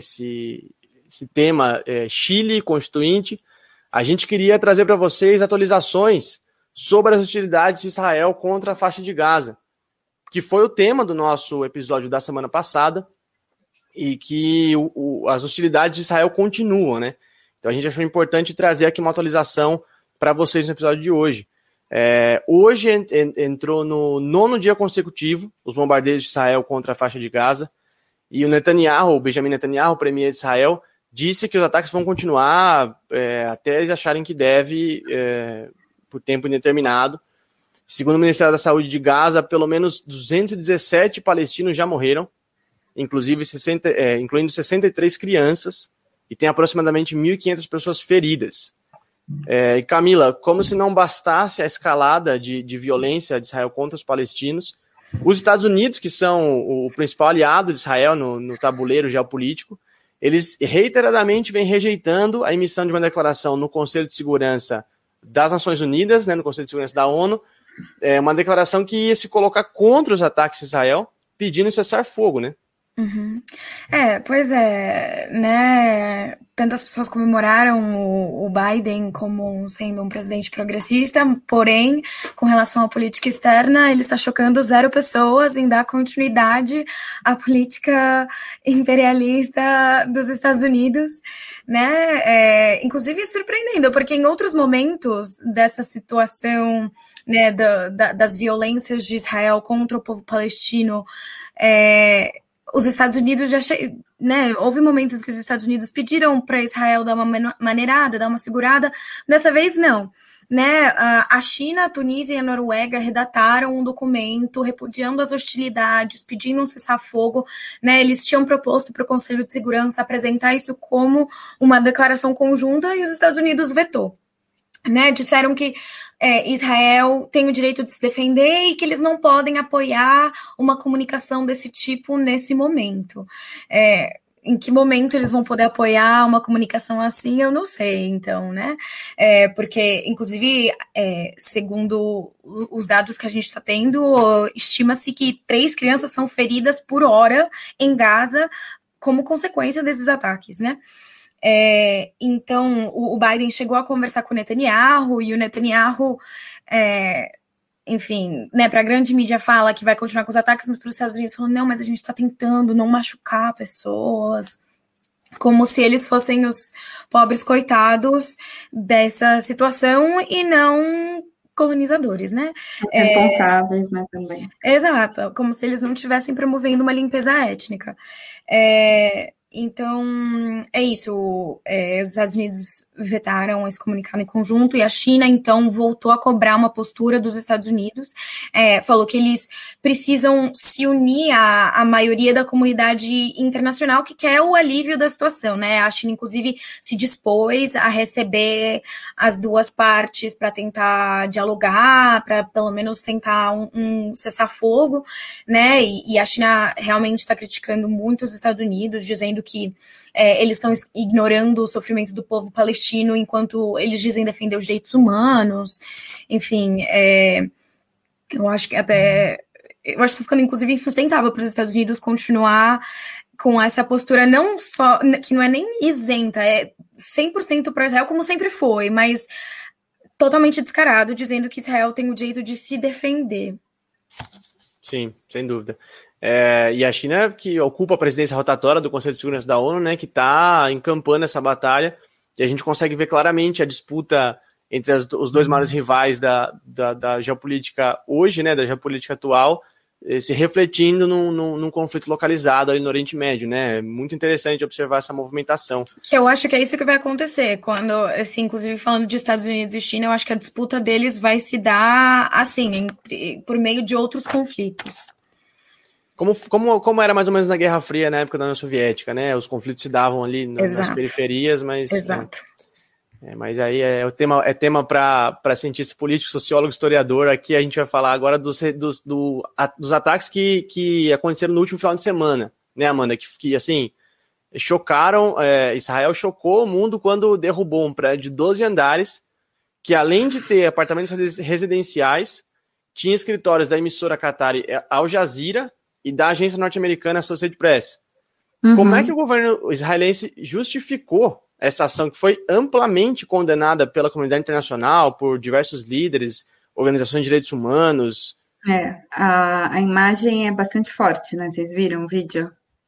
tema Chile Constituinte, a gente queria trazer para vocês atualizações sobre as hostilidades de Israel contra a faixa de Gaza, que foi o tema do nosso episódio da semana passada, e que as hostilidades de Israel continuam, né? Então a gente achou importante trazer aqui uma atualização para vocês no episódio de hoje. Hoje entrou no 9º dia consecutivo os bombardeios de Israel contra a faixa de Gaza, e o Benjamin Netanyahu, o premier de Israel, disse que os ataques vão continuar até eles acharem que deve, por tempo indeterminado. Segundo o Ministério da Saúde de Gaza, pelo menos 217 palestinos já morreram, inclusive incluindo 63 crianças, e tem aproximadamente 1.500 pessoas feridas. E Camila, como se não bastasse a escalada de violência de Israel contra os palestinos, os Estados Unidos, que são o principal aliado de Israel no tabuleiro geopolítico, eles reiteradamente vêm rejeitando a emissão de uma declaração no Conselho de Segurança das Nações Unidas, né, no Conselho de Segurança da ONU, uma declaração que ia se colocar contra os ataques de Israel, pedindo cessar-fogo, né? Uhum. Pois é, né? Tantas pessoas comemoraram o Biden como sendo um presidente progressista, porém, com relação à política externa, ele está chocando 0 pessoas em dar continuidade à política imperialista dos Estados Unidos, né? Inclusive surpreendendo, porque em outros momentos dessa situação, né, das violências de Israel contra o povo palestino, os Estados Unidos né, houve momentos que os Estados Unidos pediram para Israel dar uma maneirada, dar uma segurada. Dessa vez, não. Né? A China, a Tunísia e a Noruega redataram um documento repudiando as hostilidades, pedindo um cessar-fogo. Né? Eles tinham proposto para o Conselho de Segurança apresentar isso como uma declaração conjunta e os Estados Unidos vetou. Né? Disseram que Israel tem o direito de se defender e que eles não podem apoiar uma comunicação desse tipo nesse momento. Em que momento eles vão poder apoiar uma comunicação assim, eu não sei, então, né? Porque, inclusive, segundo os dados que a gente está tendo, estima-se que 3 crianças são feridas por hora em Gaza como consequência desses ataques, né? Então, o Biden chegou a conversar com o Netanyahu, e o Netanyahu, enfim, né, para a grande mídia fala que vai continuar com os ataques, mas para os Estados Unidos falando, não, mas a gente está tentando não machucar pessoas, como se eles fossem os pobres coitados dessa situação e não colonizadores, né? Responsáveis, né, também. Exato, como se eles não estivessem promovendo uma limpeza étnica. Então, é isso. Os Estados Unidos vetaram esse comunicado em conjunto e a China, então, voltou a cobrar uma postura dos Estados Unidos. Falou que eles precisam se unir à maioria da comunidade internacional que quer o alívio da situação, né? A China, inclusive, se dispôs a receber as duas partes para tentar dialogar, para pelo menos tentar um cessar-fogo, né? E a China realmente está criticando muito os Estados Unidos, dizendo que eles estão ignorando o sofrimento do povo palestino enquanto eles dizem defender os direitos humanos. Enfim, eu acho que está ficando, inclusive, insustentável para os Estados Unidos continuar com essa postura, não só, que não é nem isenta, é 100% para Israel, como sempre foi, mas totalmente descarado, dizendo que Israel tem o direito de se defender. Sim, sem dúvida. E a China, que ocupa a presidência rotatória do Conselho de Segurança da ONU, né, que está encampando essa batalha, e a gente consegue ver claramente a disputa entre os dois maiores rivais da geopolítica hoje, né, da geopolítica atual, se refletindo num conflito localizado ali no Oriente Médio, né? É muito interessante observar essa movimentação. Eu acho que é isso que vai acontecer, quando, assim, inclusive falando de Estados Unidos e China, eu acho que a disputa deles vai se dar, assim, por meio de outros conflitos. Como era mais ou menos na Guerra Fria, na época da União Soviética, né? Os conflitos se davam ali nas periferias, mas... Exato. Mas aí é tema para cientista político, sociólogo, historiador. Aqui a gente vai falar agora dos ataques que aconteceram no último final de semana, né, Amanda? Que assim, chocaram, Israel chocou o mundo quando derrubou um prédio de 12 andares, que além de ter apartamentos residenciais, tinha escritórios da emissora qatari Al Jazeera e da agência norte-americana Associated Press. Uhum. Como é que o governo israelense justificou essa ação que foi amplamente condenada pela comunidade internacional, por diversos líderes, organizações de direitos humanos? A imagem é bastante forte, né? Vocês viram o vídeo?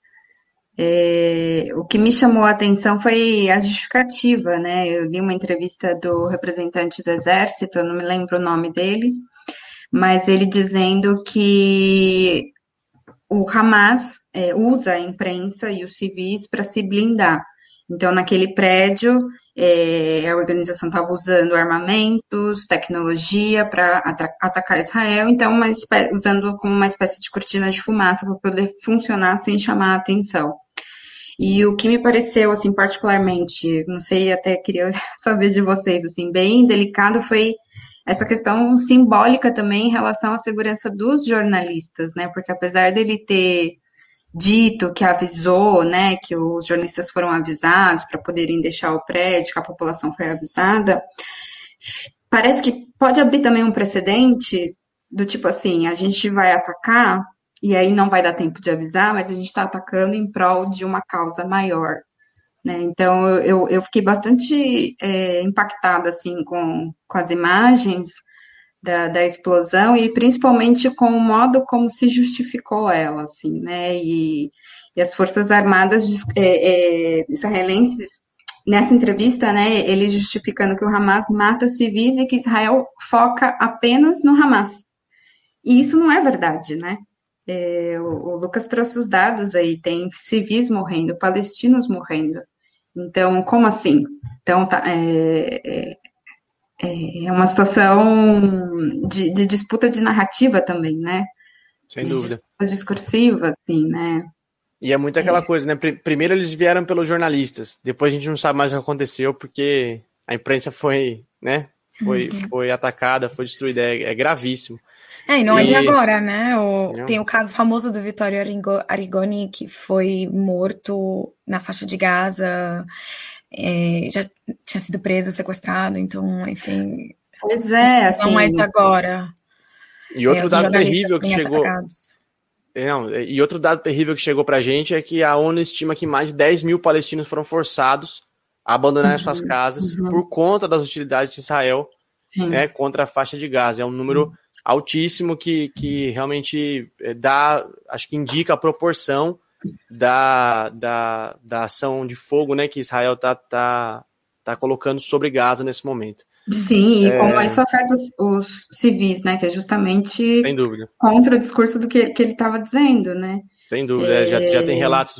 O que me chamou a atenção foi a justificativa, né? Eu li uma entrevista do representante do Exército, eu não me lembro o nome dele, mas ele dizendo que o Hamas usa a imprensa e os civis para se blindar. Então, naquele prédio, a organização estava usando armamentos, tecnologia para atacar Israel, então usando como uma espécie de cortina de fumaça para poder funcionar sem chamar a atenção. E o que me pareceu, assim, particularmente, não sei, até queria saber de vocês, assim, bem delicado foi essa questão simbólica também em relação à segurança dos jornalistas, né? Porque apesar dele ter dito que avisou, né, que os jornalistas foram avisados para poderem deixar o prédio, que a população foi avisada, parece que pode abrir também um precedente do tipo assim, a gente vai atacar e aí não vai dar tempo de avisar, mas a gente está atacando em prol de uma causa maior, né? Então eu fiquei bastante impactada assim com as imagens da explosão e principalmente com o modo como se justificou ela, assim, né? E as Forças Armadas israelenses, nessa entrevista, né, eles justificando que o Hamas mata civis e que Israel foca apenas no Hamas. E isso não é verdade, né? O Lucas trouxe os dados aí, tem civis morrendo, palestinos morrendo. Então, como assim? Então, é uma situação de disputa de narrativa também, né? Sem dúvida. Disputa discursiva, assim, né? E é muito aquela coisa, né? Primeiro eles vieram pelos jornalistas, depois a gente não sabe mais o que aconteceu, porque a imprensa foi, né? Foi atacada, foi destruída, é gravíssimo. E não é de agora, né? Tem o caso famoso do Vittorio Arrigoni, que foi morto na faixa de Gaza, já tinha sido preso, sequestrado, então, enfim... Pois é, assim... Não é de agora. E outro dado terrível que chegou... outro dado terrível que chegou pra gente é que a ONU estima que mais de 10 mil palestinos foram forçados a abandonarem suas casas por conta das hostilidades de Israel, né, contra a faixa de Gaza. É um número altíssimo que realmente acho que indica a proporção da ação de fogo, né, que Israel tá colocando sobre Gaza nesse momento. Sim, e como isso afeta os civis, né, que é justamente Sem dúvida. contra o discurso do que ele estava dizendo, né? Sem dúvida, já tem relatos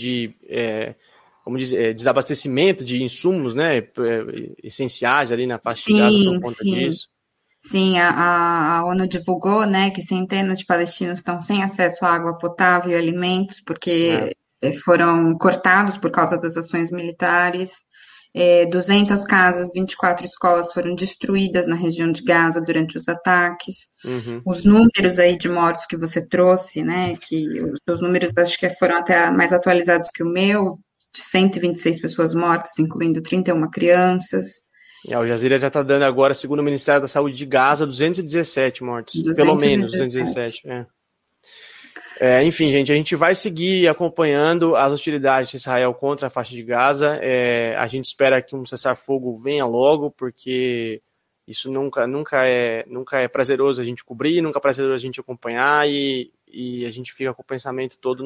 como dizer, desabastecimento de insumos, né, essenciais ali na faixa de Gaza por conta disso. Sim, a ONU divulgou, né, que centenas de palestinos estão sem acesso à água potável e alimentos porque foram cortados por causa das ações militares. 200 casas, 24 escolas foram destruídas na região de Gaza durante os ataques. Os números aí de mortos que você trouxe, né, que os seus números acho que foram até mais atualizados que o meu, de 126 pessoas mortas, incluindo 31 crianças. O Al Jazeera já está dando agora, segundo o Ministério da Saúde de Gaza, 217 mortos. 217. Pelo menos 217. Enfim, gente, a gente vai seguir acompanhando as hostilidades de Israel contra a faixa de Gaza. A gente espera que um cessar-fogo venha logo, porque isso nunca é prazeroso a gente cobrir, nunca é prazeroso a gente acompanhar, e a gente fica com o pensamento todo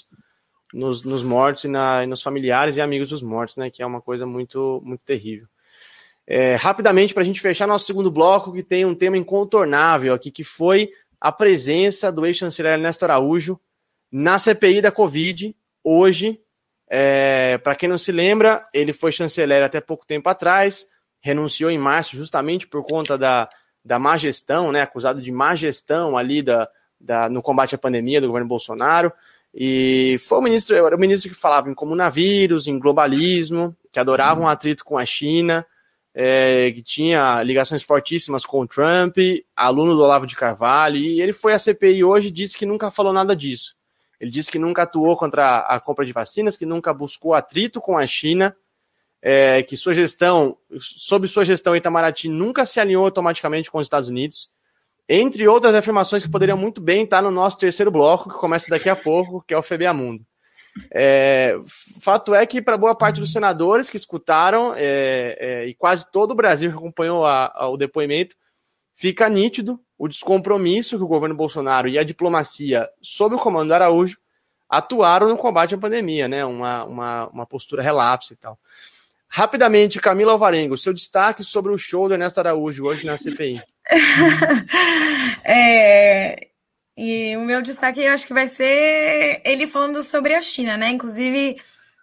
nos mortos e nos familiares e amigos dos mortos, né? Que é uma coisa muito, muito terrível. Rapidamente, para a gente fechar nosso segundo bloco, que tem um tema incontornável aqui, que foi a presença do ex-chanceler Ernesto Araújo na CPI da Covid, hoje. Para quem não se lembra, ele foi chanceler até pouco tempo atrás, renunciou em março justamente por conta da má gestão, né, acusado de má gestão ali no combate à pandemia do governo Bolsonaro, e era o ministro que falava em comunavírus, em globalismo, que adorava um atrito com a China, que tinha ligações fortíssimas com o Trump, aluno do Olavo de Carvalho, e ele foi à CPI hoje e disse que nunca falou nada disso. Ele disse que nunca atuou contra a compra de vacinas, que nunca buscou atrito com a China, que sob sua gestão, Itamaraty nunca se alinhou automaticamente com os Estados Unidos, entre outras afirmações que poderiam muito bem estar no nosso terceiro bloco, que começa daqui a pouco, que é o FBA-Mundo. Fato é que para boa parte dos senadores que escutaram, e quase todo o Brasil que acompanhou o depoimento, fica nítido o descompromisso que o governo Bolsonaro e a diplomacia, sob o comando do Araújo, atuaram no combate à pandemia, né? Uma postura relapse e tal. Rapidamente, Camila Alvarengo, seu destaque sobre o show do Ernesto Araújo hoje na CPI. E o meu destaque, eu acho que vai ser ele falando sobre a China, né? Inclusive,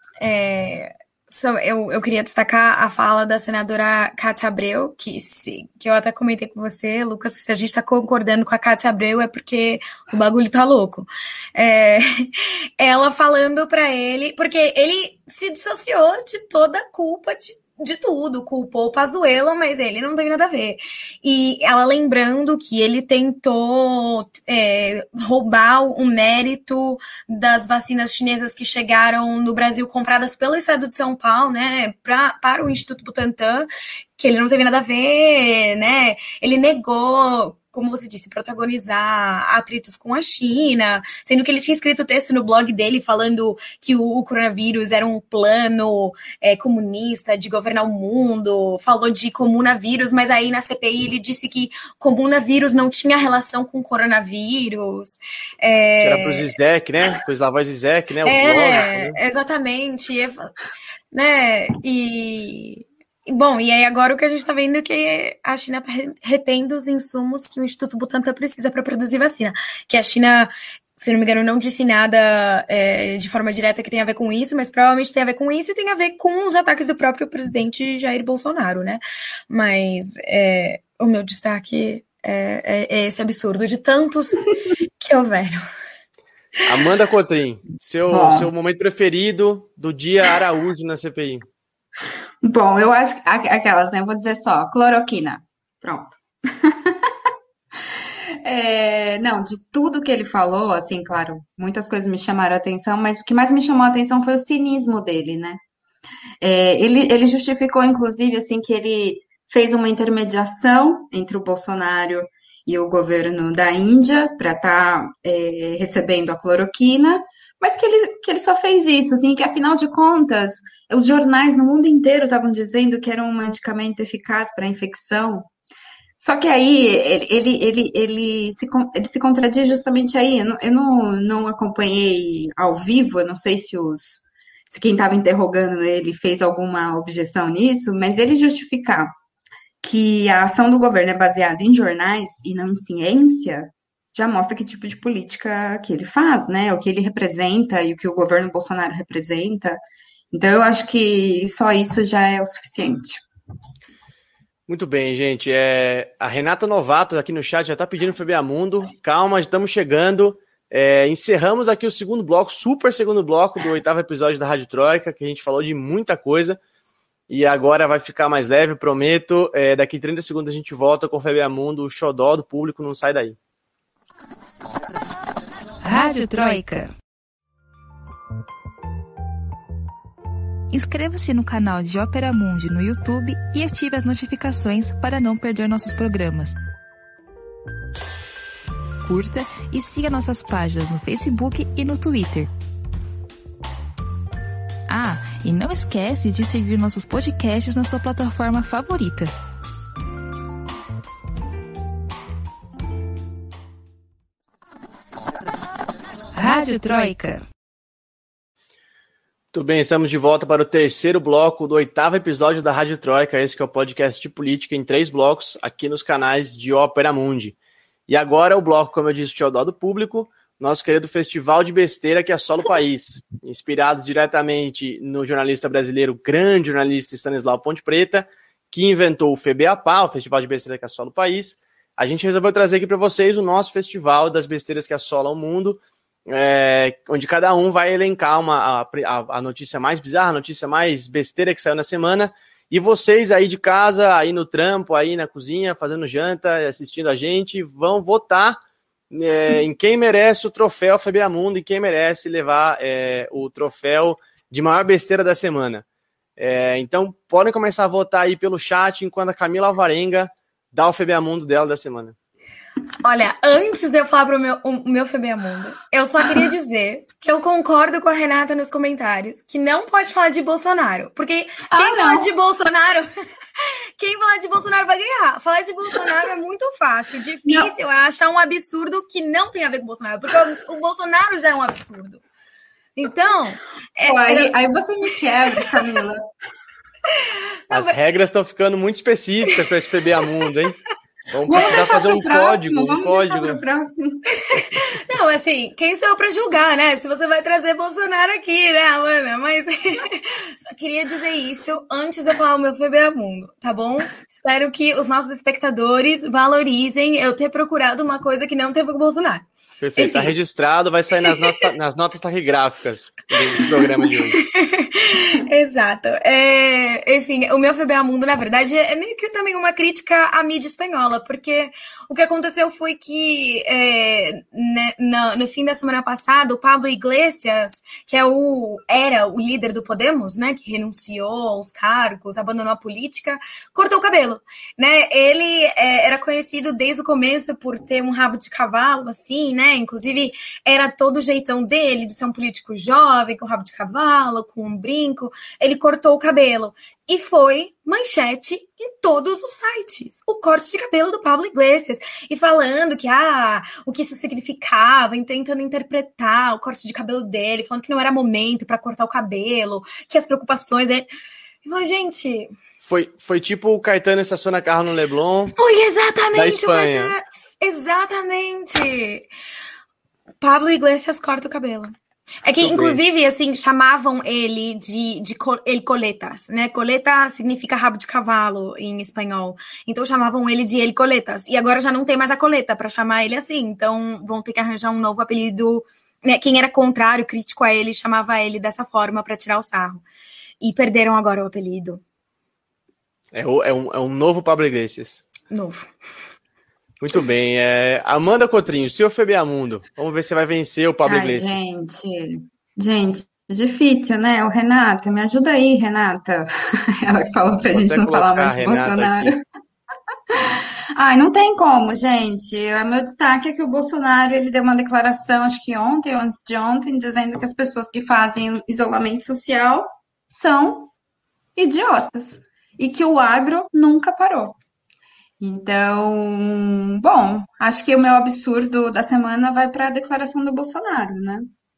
eu queria destacar a fala da senadora Cátia Abreu, que eu até comentei com você, Lucas, que se a gente está concordando com a Cátia Abreu é porque o bagulho tá louco. Ela falando para ele, porque ele se dissociou de toda a culpa de tudo, culpou o Pazuello, mas ele não teve nada a ver. E ela lembrando que ele tentou roubar o mérito das vacinas chinesas que chegaram no Brasil compradas pelo Estado de São Paulo, né, para o Instituto Butantan, que ele não teve nada a ver, né, ele negou, como você disse, protagonizar atritos com a China, sendo que ele tinha escrito texto no blog dele falando que o coronavírus era um plano comunista de governar o mundo, falou de comunavírus, mas aí na CPI ele disse que comunavírus não tinha relação com coronavírus. Era pro Zizek, né? Pro Slavoj Zizek, né? O blog, né? Exatamente. Né? Bom, e aí agora o que a gente está vendo é que a China está retendo os insumos que o Instituto Butantan precisa para produzir vacina. Que a China, se não me engano, não disse nada de forma direta que tem a ver com isso, mas provavelmente tem a ver com isso e tem a ver com os ataques do próprio presidente Jair Bolsonaro, né? Mas o meu destaque é esse absurdo de tantos que houveram. Amanda Cotrim, seu momento preferido do dia Araújo na CPI. Bom, eu acho que aquelas, né? Eu vou dizer só, cloroquina. Pronto. Não, de tudo que ele falou, assim, claro, muitas coisas me chamaram a atenção, mas o que mais me chamou a atenção foi o cinismo dele, né? Ele justificou, inclusive, assim, que ele fez uma intermediação entre o Bolsonaro e o governo da Índia para estar recebendo a cloroquina, mas que ele só fez isso, assim, que afinal de contas, os jornais no mundo inteiro estavam dizendo que era um medicamento eficaz para a infecção. Só que aí ele se contradiz justamente aí. Eu não acompanhei ao vivo, eu não sei se quem estava interrogando ele fez alguma objeção nisso, mas ele justificar que a ação do governo é baseada em jornais e não em ciência, já mostra que tipo de política que ele faz, né? O que ele representa e o que o governo Bolsonaro representa. Então, eu acho que só isso já é o suficiente. Muito bem, gente. A Renata Novato aqui no chat já está pedindo FBA-Mundo. Calma, estamos chegando. Encerramos aqui o segundo bloco, super segundo bloco do 8º episódio da Rádio Troika, que a gente falou de muita coisa. E agora vai ficar mais leve, prometo. Daqui 30 segundos a gente volta com o FBA-Mundo, o xodó do público, não sai daí. Rádio Troika. Inscreva-se no canal de Ópera Mundi no YouTube e ative as notificações para não perder nossos programas. Curta e siga nossas páginas no Facebook e no Twitter. E não esquece de seguir nossos podcasts na sua plataforma favorita. Rádio Troika. Muito bem, estamos de volta para o terceiro bloco do 8º episódio da Rádio Troika, esse que é o podcast de política em 3 blocos, aqui nos canais de Ópera Mundi. E agora o bloco, como eu disse, o xodó do público, nosso querido festival de besteira que assola o país, inspirados diretamente no jornalista brasileiro, grande jornalista Stanislau Ponte Preta, que inventou o FBAPA, o Festival de Besteira que assola o país. A gente resolveu trazer aqui para vocês o nosso festival das besteiras que assolam o mundo, onde cada um vai elencar a notícia mais bizarra, a notícia mais besteira que saiu na semana, e vocês aí de casa, aí no trampo, aí na cozinha, fazendo janta, assistindo a gente, vão votar em quem merece o troféu FBA-Mundo e quem merece levar o troféu de maior besteira da semana. Então podem começar a votar aí pelo chat, enquanto a Camila Alvarenga dá o FBA-Mundo dela da semana. Olha, antes de eu falar pro meu FBA-Mundo, eu só queria dizer que eu concordo com a Renata nos comentários, que não pode falar de Bolsonaro, porque quem falar de Bolsonaro, quem falar de Bolsonaro vai ganhar. Falar de Bolsonaro é muito fácil, difícil é achar um absurdo que não tem a ver com o Bolsonaro, porque o Bolsonaro já é um absurdo. Então... Aí você me quebra, Camila. As regras estão ficando muito específicas para esse FBA-Mundo, hein? Vamos precisar fazer um código. Não, assim, quem sou eu pra julgar, né? Se você vai trazer Bolsonaro aqui, né, Ana? Mas só queria dizer isso antes de eu falar o meu FBA-Mundo, tá bom? Espero que os nossos espectadores valorizem eu ter procurado uma coisa que não teve com o Bolsonaro. Perfeito, está registrado, vai sair nas notas taquigráficas do programa de hoje. Exato. Enfim, o meu FBA-Mundo, na verdade, é meio que também uma crítica à mídia espanhola, porque o que aconteceu foi que no fim da semana passada, o Pablo Iglesias, que era o líder do Podemos, né, que renunciou aos cargos, abandonou a política, cortou o cabelo, né? Ele era conhecido desde o começo por ter um rabo de cavalo, assim, né? Inclusive, era todo o jeitão dele de ser um político jovem, com rabo de cavalo, com um brinco. Ele cortou o cabelo. E foi manchete em todos os sites. O corte de cabelo do Pablo Iglesias. E falando que, o que isso significava, tentando interpretar o corte de cabelo dele, falando que não era momento para cortar o cabelo, que as preocupações... E falou, gente... Foi tipo o Caetano estaciona carro no Leblon. Foi exatamente da Espanha. o Caetano. Exatamente. Pablo Iglesias corta o cabelo. É que, inclusive, assim, chamavam ele de El Coletas, né? Coleta significa rabo de cavalo em espanhol. Então, chamavam ele de El Coletas. E agora já não tem mais a coleta para chamar ele assim. Então, vão ter que arranjar um novo apelido. Né? Quem era contrário, crítico a ele, chamava ele dessa forma para tirar o sarro. E perderam agora o apelido. É um novo Pablo Iglesias. Novo. Muito bem. Amanda Cotrinho, seu FBA-Mundo. Vamos ver se vai vencer o Pablo Iglesias. Gente, difícil, né? O Renata, me ajuda aí, Renata. Ela que falou pra gente não falar mais de Bolsonaro. Ai, não tem como, gente. O meu destaque é que o Bolsonaro, ele deu uma declaração, acho que ontem ou antes de ontem, dizendo que as pessoas que fazem isolamento social são idiotas e que o agro nunca parou. Então, bom, acho que o meu absurdo da semana vai para a declaração do Bolsonaro, né?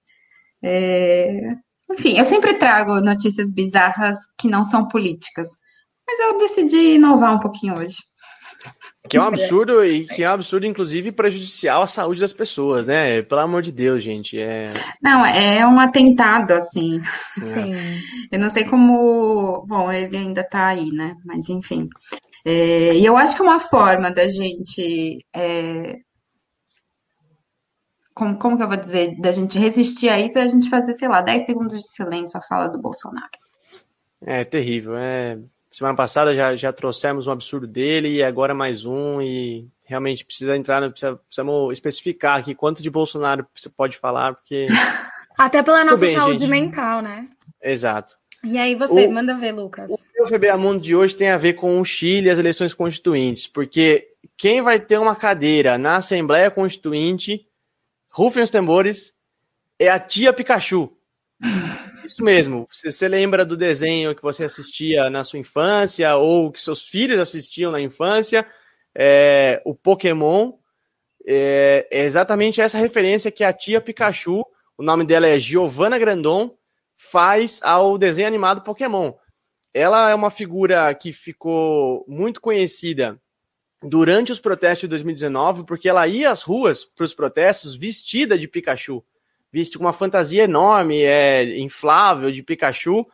Enfim, eu sempre trago notícias bizarras que não são políticas, mas eu decidi inovar um pouquinho hoje. Que é um absurdo e que é um absurdo, inclusive, prejudicial à saúde das pessoas, né? Pelo amor de Deus, gente. Não, é um atentado, assim. Sim. Eu não sei como. Bom, ele ainda tá aí, né? Mas enfim. E eu acho que uma forma da gente. Como que eu vou dizer? Da gente resistir a isso é a gente fazer, sei lá, 10 segundos de silêncio à fala do Bolsonaro. É terrível. Semana passada já trouxemos um absurdo dele e agora mais um. E realmente precisamos especificar aqui quanto de Bolsonaro você pode falar, porque. Até pela nossa bem, saúde gente. mental, né? Exato. E aí você, manda ver, Lucas. O meu FBA Mundo de hoje tem a ver com o Chile e as eleições constituintes, porque quem vai ter uma cadeira na Assembleia Constituinte, rufem os tambores, é a tia Pikachu. Isso mesmo. Você lembra do desenho que você assistia na sua infância ou que seus filhos assistiam na infância, o Pokémon, é exatamente essa referência que a tia Pikachu, o nome dela é Giovanna Grandon, faz ao desenho animado Pokémon. Ela é uma figura que ficou muito conhecida durante os protestos de 2019, porque ela ia às ruas para os protestos vestida de Pikachu, vestida com uma fantasia enorme, inflável de Pikachu,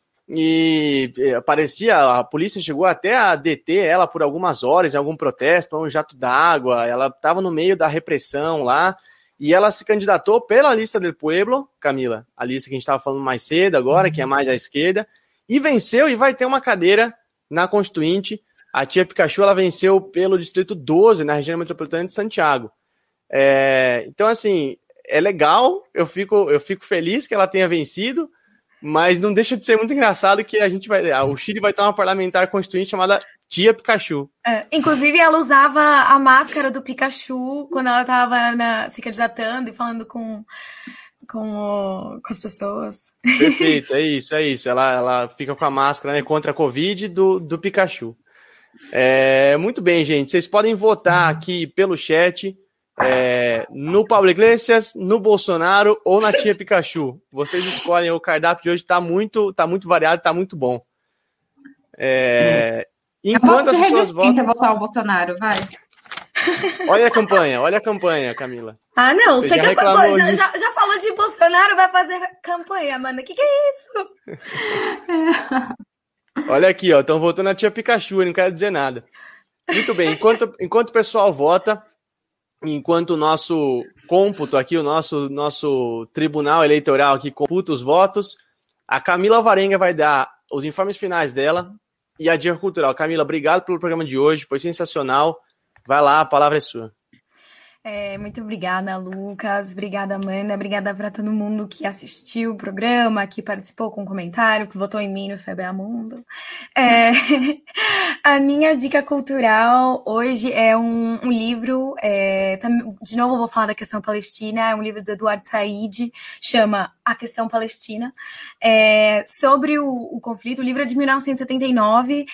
e a polícia chegou até a deter ela por algumas horas em algum protesto, um jato d'água, ela estava no meio da repressão lá, e ela se candidatou pela lista del Pueblo, Camila, a lista que a gente estava falando mais cedo agora, que é mais à esquerda, e venceu e vai ter uma cadeira na Constituinte. A tia Pikachu, ela venceu pelo Distrito 12, na região metropolitana de Santiago. Então, assim, é legal, eu fico feliz que ela tenha vencido, mas não deixa de ser muito engraçado que o Chile vai ter uma parlamentar constituinte chamada tia Pikachu. Inclusive, ela usava a máscara do Pikachu quando ela estava se candidatando e falando com as pessoas. Perfeito, é isso. Ela fica com a máscara, né, contra a Covid do Pikachu. Muito bem, gente. Vocês podem votar aqui pelo chat no Pablo Iglesias, no Bolsonaro ou na tia Pikachu. Vocês escolhem. O cardápio de hoje tá muito variado, tá muito bom. Enquanto as pessoas votam. Você votar o Bolsonaro, vai. Olha a campanha, Camila. Ah, não, você já falou de Bolsonaro, vai fazer campanha, mano. O que é isso? Olha aqui, ó, estão votando a tia Pikachu, eu não quero dizer nada. Muito bem, enquanto o pessoal vota, enquanto o nosso cômputo aqui, o nosso tribunal eleitoral aqui computa os votos, a Camila Alvarenga vai dar os informes finais dela e a Dica Cultural. Camila, obrigado pelo programa de hoje, foi sensacional. Vai lá, a palavra é sua. Muito obrigada, Lucas. Obrigada, Amanda. Obrigada para todo mundo que assistiu o programa, que participou com comentário, que votou em mim no FBA Mundo. A minha dica cultural hoje é um livro, de novo eu vou falar da questão palestina, é um livro do Eduardo Said, chama A Questão Palestina, sobre o conflito. O livro é de 1979,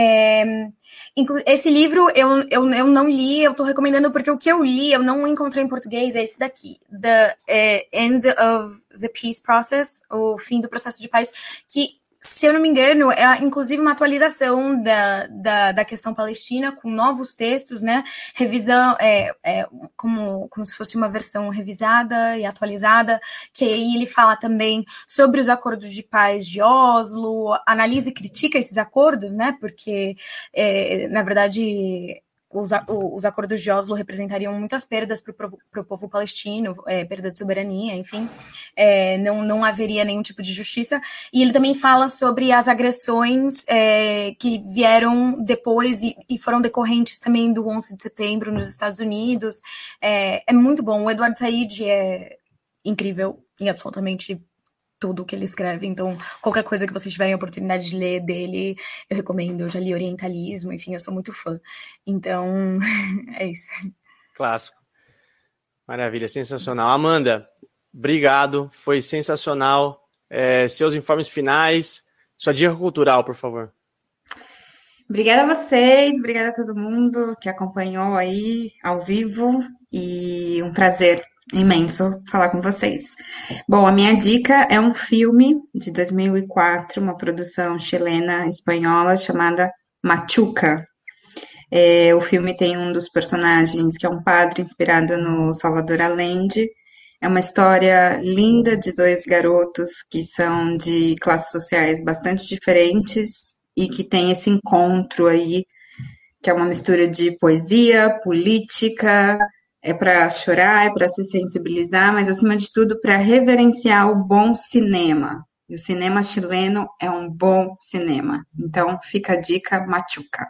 esse livro eu não li, eu tô recomendando porque o que eu li, eu não encontrei em português, é esse daqui, The End of the Peace Process, o fim do processo de paz, que, se eu não me engano, é inclusive uma atualização da questão palestina, com novos textos, né, revisão, como se fosse uma versão revisada e atualizada, que aí ele fala também sobre os acordos de paz de Oslo, analisa e critica esses acordos, né, porque, na verdade, os acordos de Oslo representariam muitas perdas para o povo palestino, perda de soberania, enfim, não haveria nenhum tipo de justiça. E ele também fala sobre as agressões que vieram depois e foram decorrentes também do 11 de setembro nos Estados Unidos. É muito bom. O Eduardo Said é incrível em absolutamente tudo que ele escreve. Então, qualquer coisa que vocês tiverem a oportunidade de ler dele, eu recomendo. Eu já li Orientalismo, enfim, eu sou muito fã. Então, é isso. Clássico. Maravilha, sensacional. Amanda, obrigado, foi sensacional. Seus informes finais, sua dica cultural, por favor. Obrigada a vocês, obrigada a todo mundo que acompanhou aí ao vivo e um prazer imenso falar com vocês. Bom, a minha dica é um filme de 2004, uma produção chilena-espanhola chamada Machuca. O filme tem um dos personagens que é um padre inspirado no Salvador Allende. É uma história linda de dois garotos que são de classes sociais bastante diferentes e que tem esse encontro aí, que é uma mistura de poesia, política, é para chorar, é para se sensibilizar, mas acima de tudo para reverenciar o bom cinema. E o cinema chileno é um bom cinema. Então fica a dica, Machuca.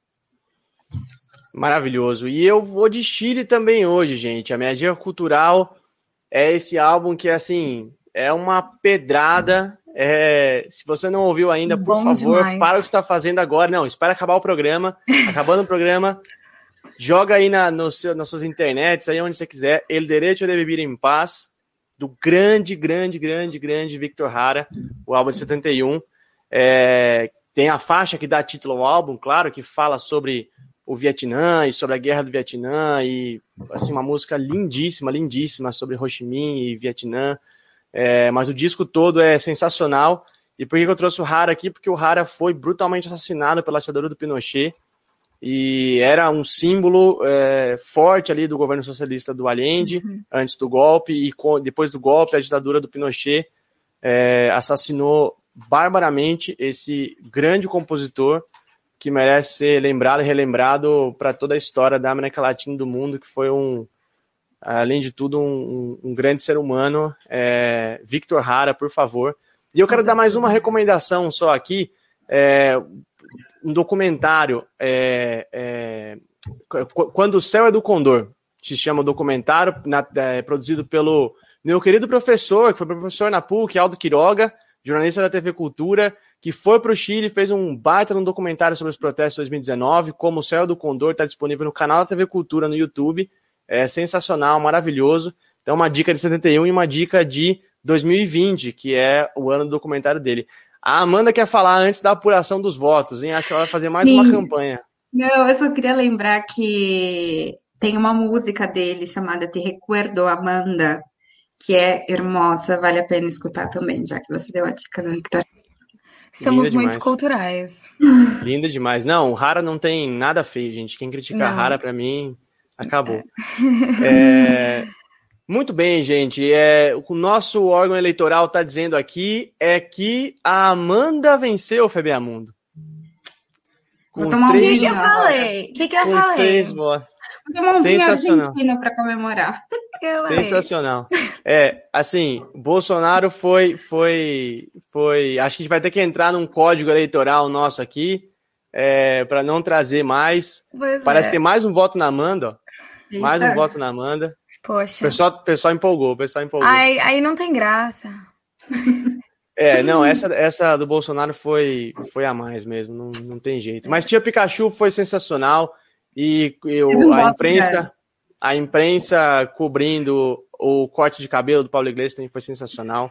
Maravilhoso. E eu vou de Chile também hoje, gente. A minha dica cultural é esse álbum que, assim, é uma pedrada. Se você não ouviu ainda, por Bom favor, demais. para o que você está fazendo agora. Não, espera acabar o programa. Acabando o programa, joga aí nas suas internets, aí onde você quiser, El Derecho de Vivir em Paz, do grande Victor Jara, o álbum de 71. Tem a faixa que dá título ao álbum, claro, que fala sobre o Vietnã e sobre a guerra do Vietnã, e assim, uma música lindíssima sobre Ho Chi Minh e Vietnã, mas o disco todo é sensacional. E por que eu trouxe o Jara aqui? Porque o Jara foi brutalmente assassinado pela ditadura do Pinochet, e era um símbolo forte ali do governo socialista do Allende, antes do golpe, e depois do golpe, a ditadura do Pinochet assassinou barbaramente esse grande compositor, que merece ser lembrado e relembrado para toda a história da América Latina e do mundo, que foi, além de tudo, um grande ser humano. Victor Jara, por favor. E eu quero dar mais uma recomendação só aqui, um documentário, Quando o Céu é do Condor, se chama o documentário, produzido pelo meu querido professor, que foi professor na PUC, Aldo Quiroga, jornalista da TV Cultura, que foi para o Chile, fez um baita no documentário sobre os protestos de 2019, Como o Céu do Condor, está disponível no canal da TV Cultura no YouTube, é sensacional, maravilhoso. Então uma dica de 71 e uma dica de 2020, que é o ano do documentário dele. A Amanda quer falar antes da apuração dos votos, hein? Acho que ela vai fazer mais uma campanha. Não, eu só queria lembrar que tem uma música dele chamada Te Recuerdo, Amanda, que é hermosa, vale a pena escutar também, já que você deu a dica do Victor. Estamos muito culturais. Linda demais. Não, o Jara não tem nada feio, gente. Quem critica a Jara, pra mim, acabou. Muito bem, gente. O nosso órgão eleitoral está dizendo aqui que a Amanda venceu o FEBEAMundo. Vou tomar um vinho. O que eu falei? 3 votos. Vou tomar um vinho argentino para comemorar. Sensacional. Assim, Bolsonaro foi. Acho que a gente vai ter que entrar num código eleitoral nosso aqui, para não trazer mais. Parece que tem mais um voto na Amanda, ó. Mais um voto na Amanda. Poxa. O pessoal empolgou. Aí não tem graça. Não, essa do Bolsonaro foi a mais mesmo, não tem jeito. Mas Tia Pikachu foi sensacional, e a imprensa cobrindo o corte de cabelo do Paulo Iglesias também foi sensacional.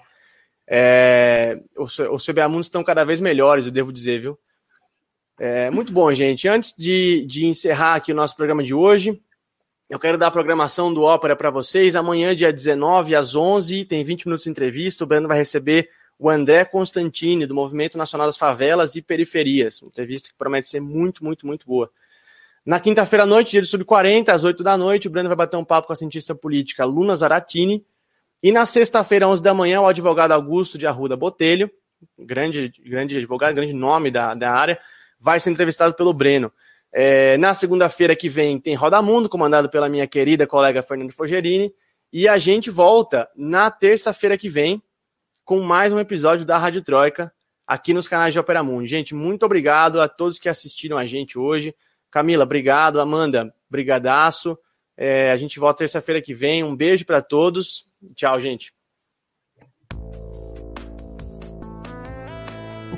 Os FEBEAMundos estão cada vez melhores, eu devo dizer, viu? Muito bom, gente. Antes de encerrar aqui o nosso programa de hoje, eu quero dar a programação do Ópera para vocês. Amanhã, dia 19, às 11, tem 20 minutos de entrevista. O Breno vai receber o André Constantini, do Movimento Nacional das Favelas e Periferias. Uma entrevista que promete ser muito boa. Na quinta-feira à noite, dia de Sub-40, às 8 da noite, o Breno vai bater um papo com a cientista política Luna Zaratini. E na sexta-feira, 11 da manhã, o advogado Augusto de Arruda Botelho, grande advogado, grande nome da área, vai ser entrevistado pelo Breno. Na segunda-feira que vem tem Roda Mundo, comandado pela minha querida colega Fernanda Fogerini, e a gente volta na terça-feira que vem com mais um episódio da Rádio Troika aqui nos canais de Ópera Mundi. Gente, muito obrigado a todos que assistiram a gente hoje. Camila, obrigado. Amanda, brigadaço. A gente volta terça-feira que vem. Um beijo para todos. Tchau, gente.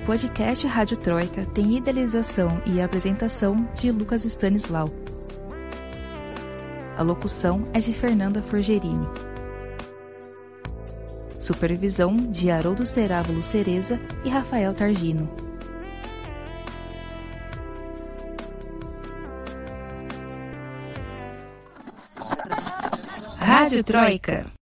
podcast Rádio Troika tem idealização e apresentação de Lucas Stanislau. A locução é de Fernanda Forgerini. Supervisão de Haroldo Cerávulo Cereza e Rafael Targino. Rádio Troika.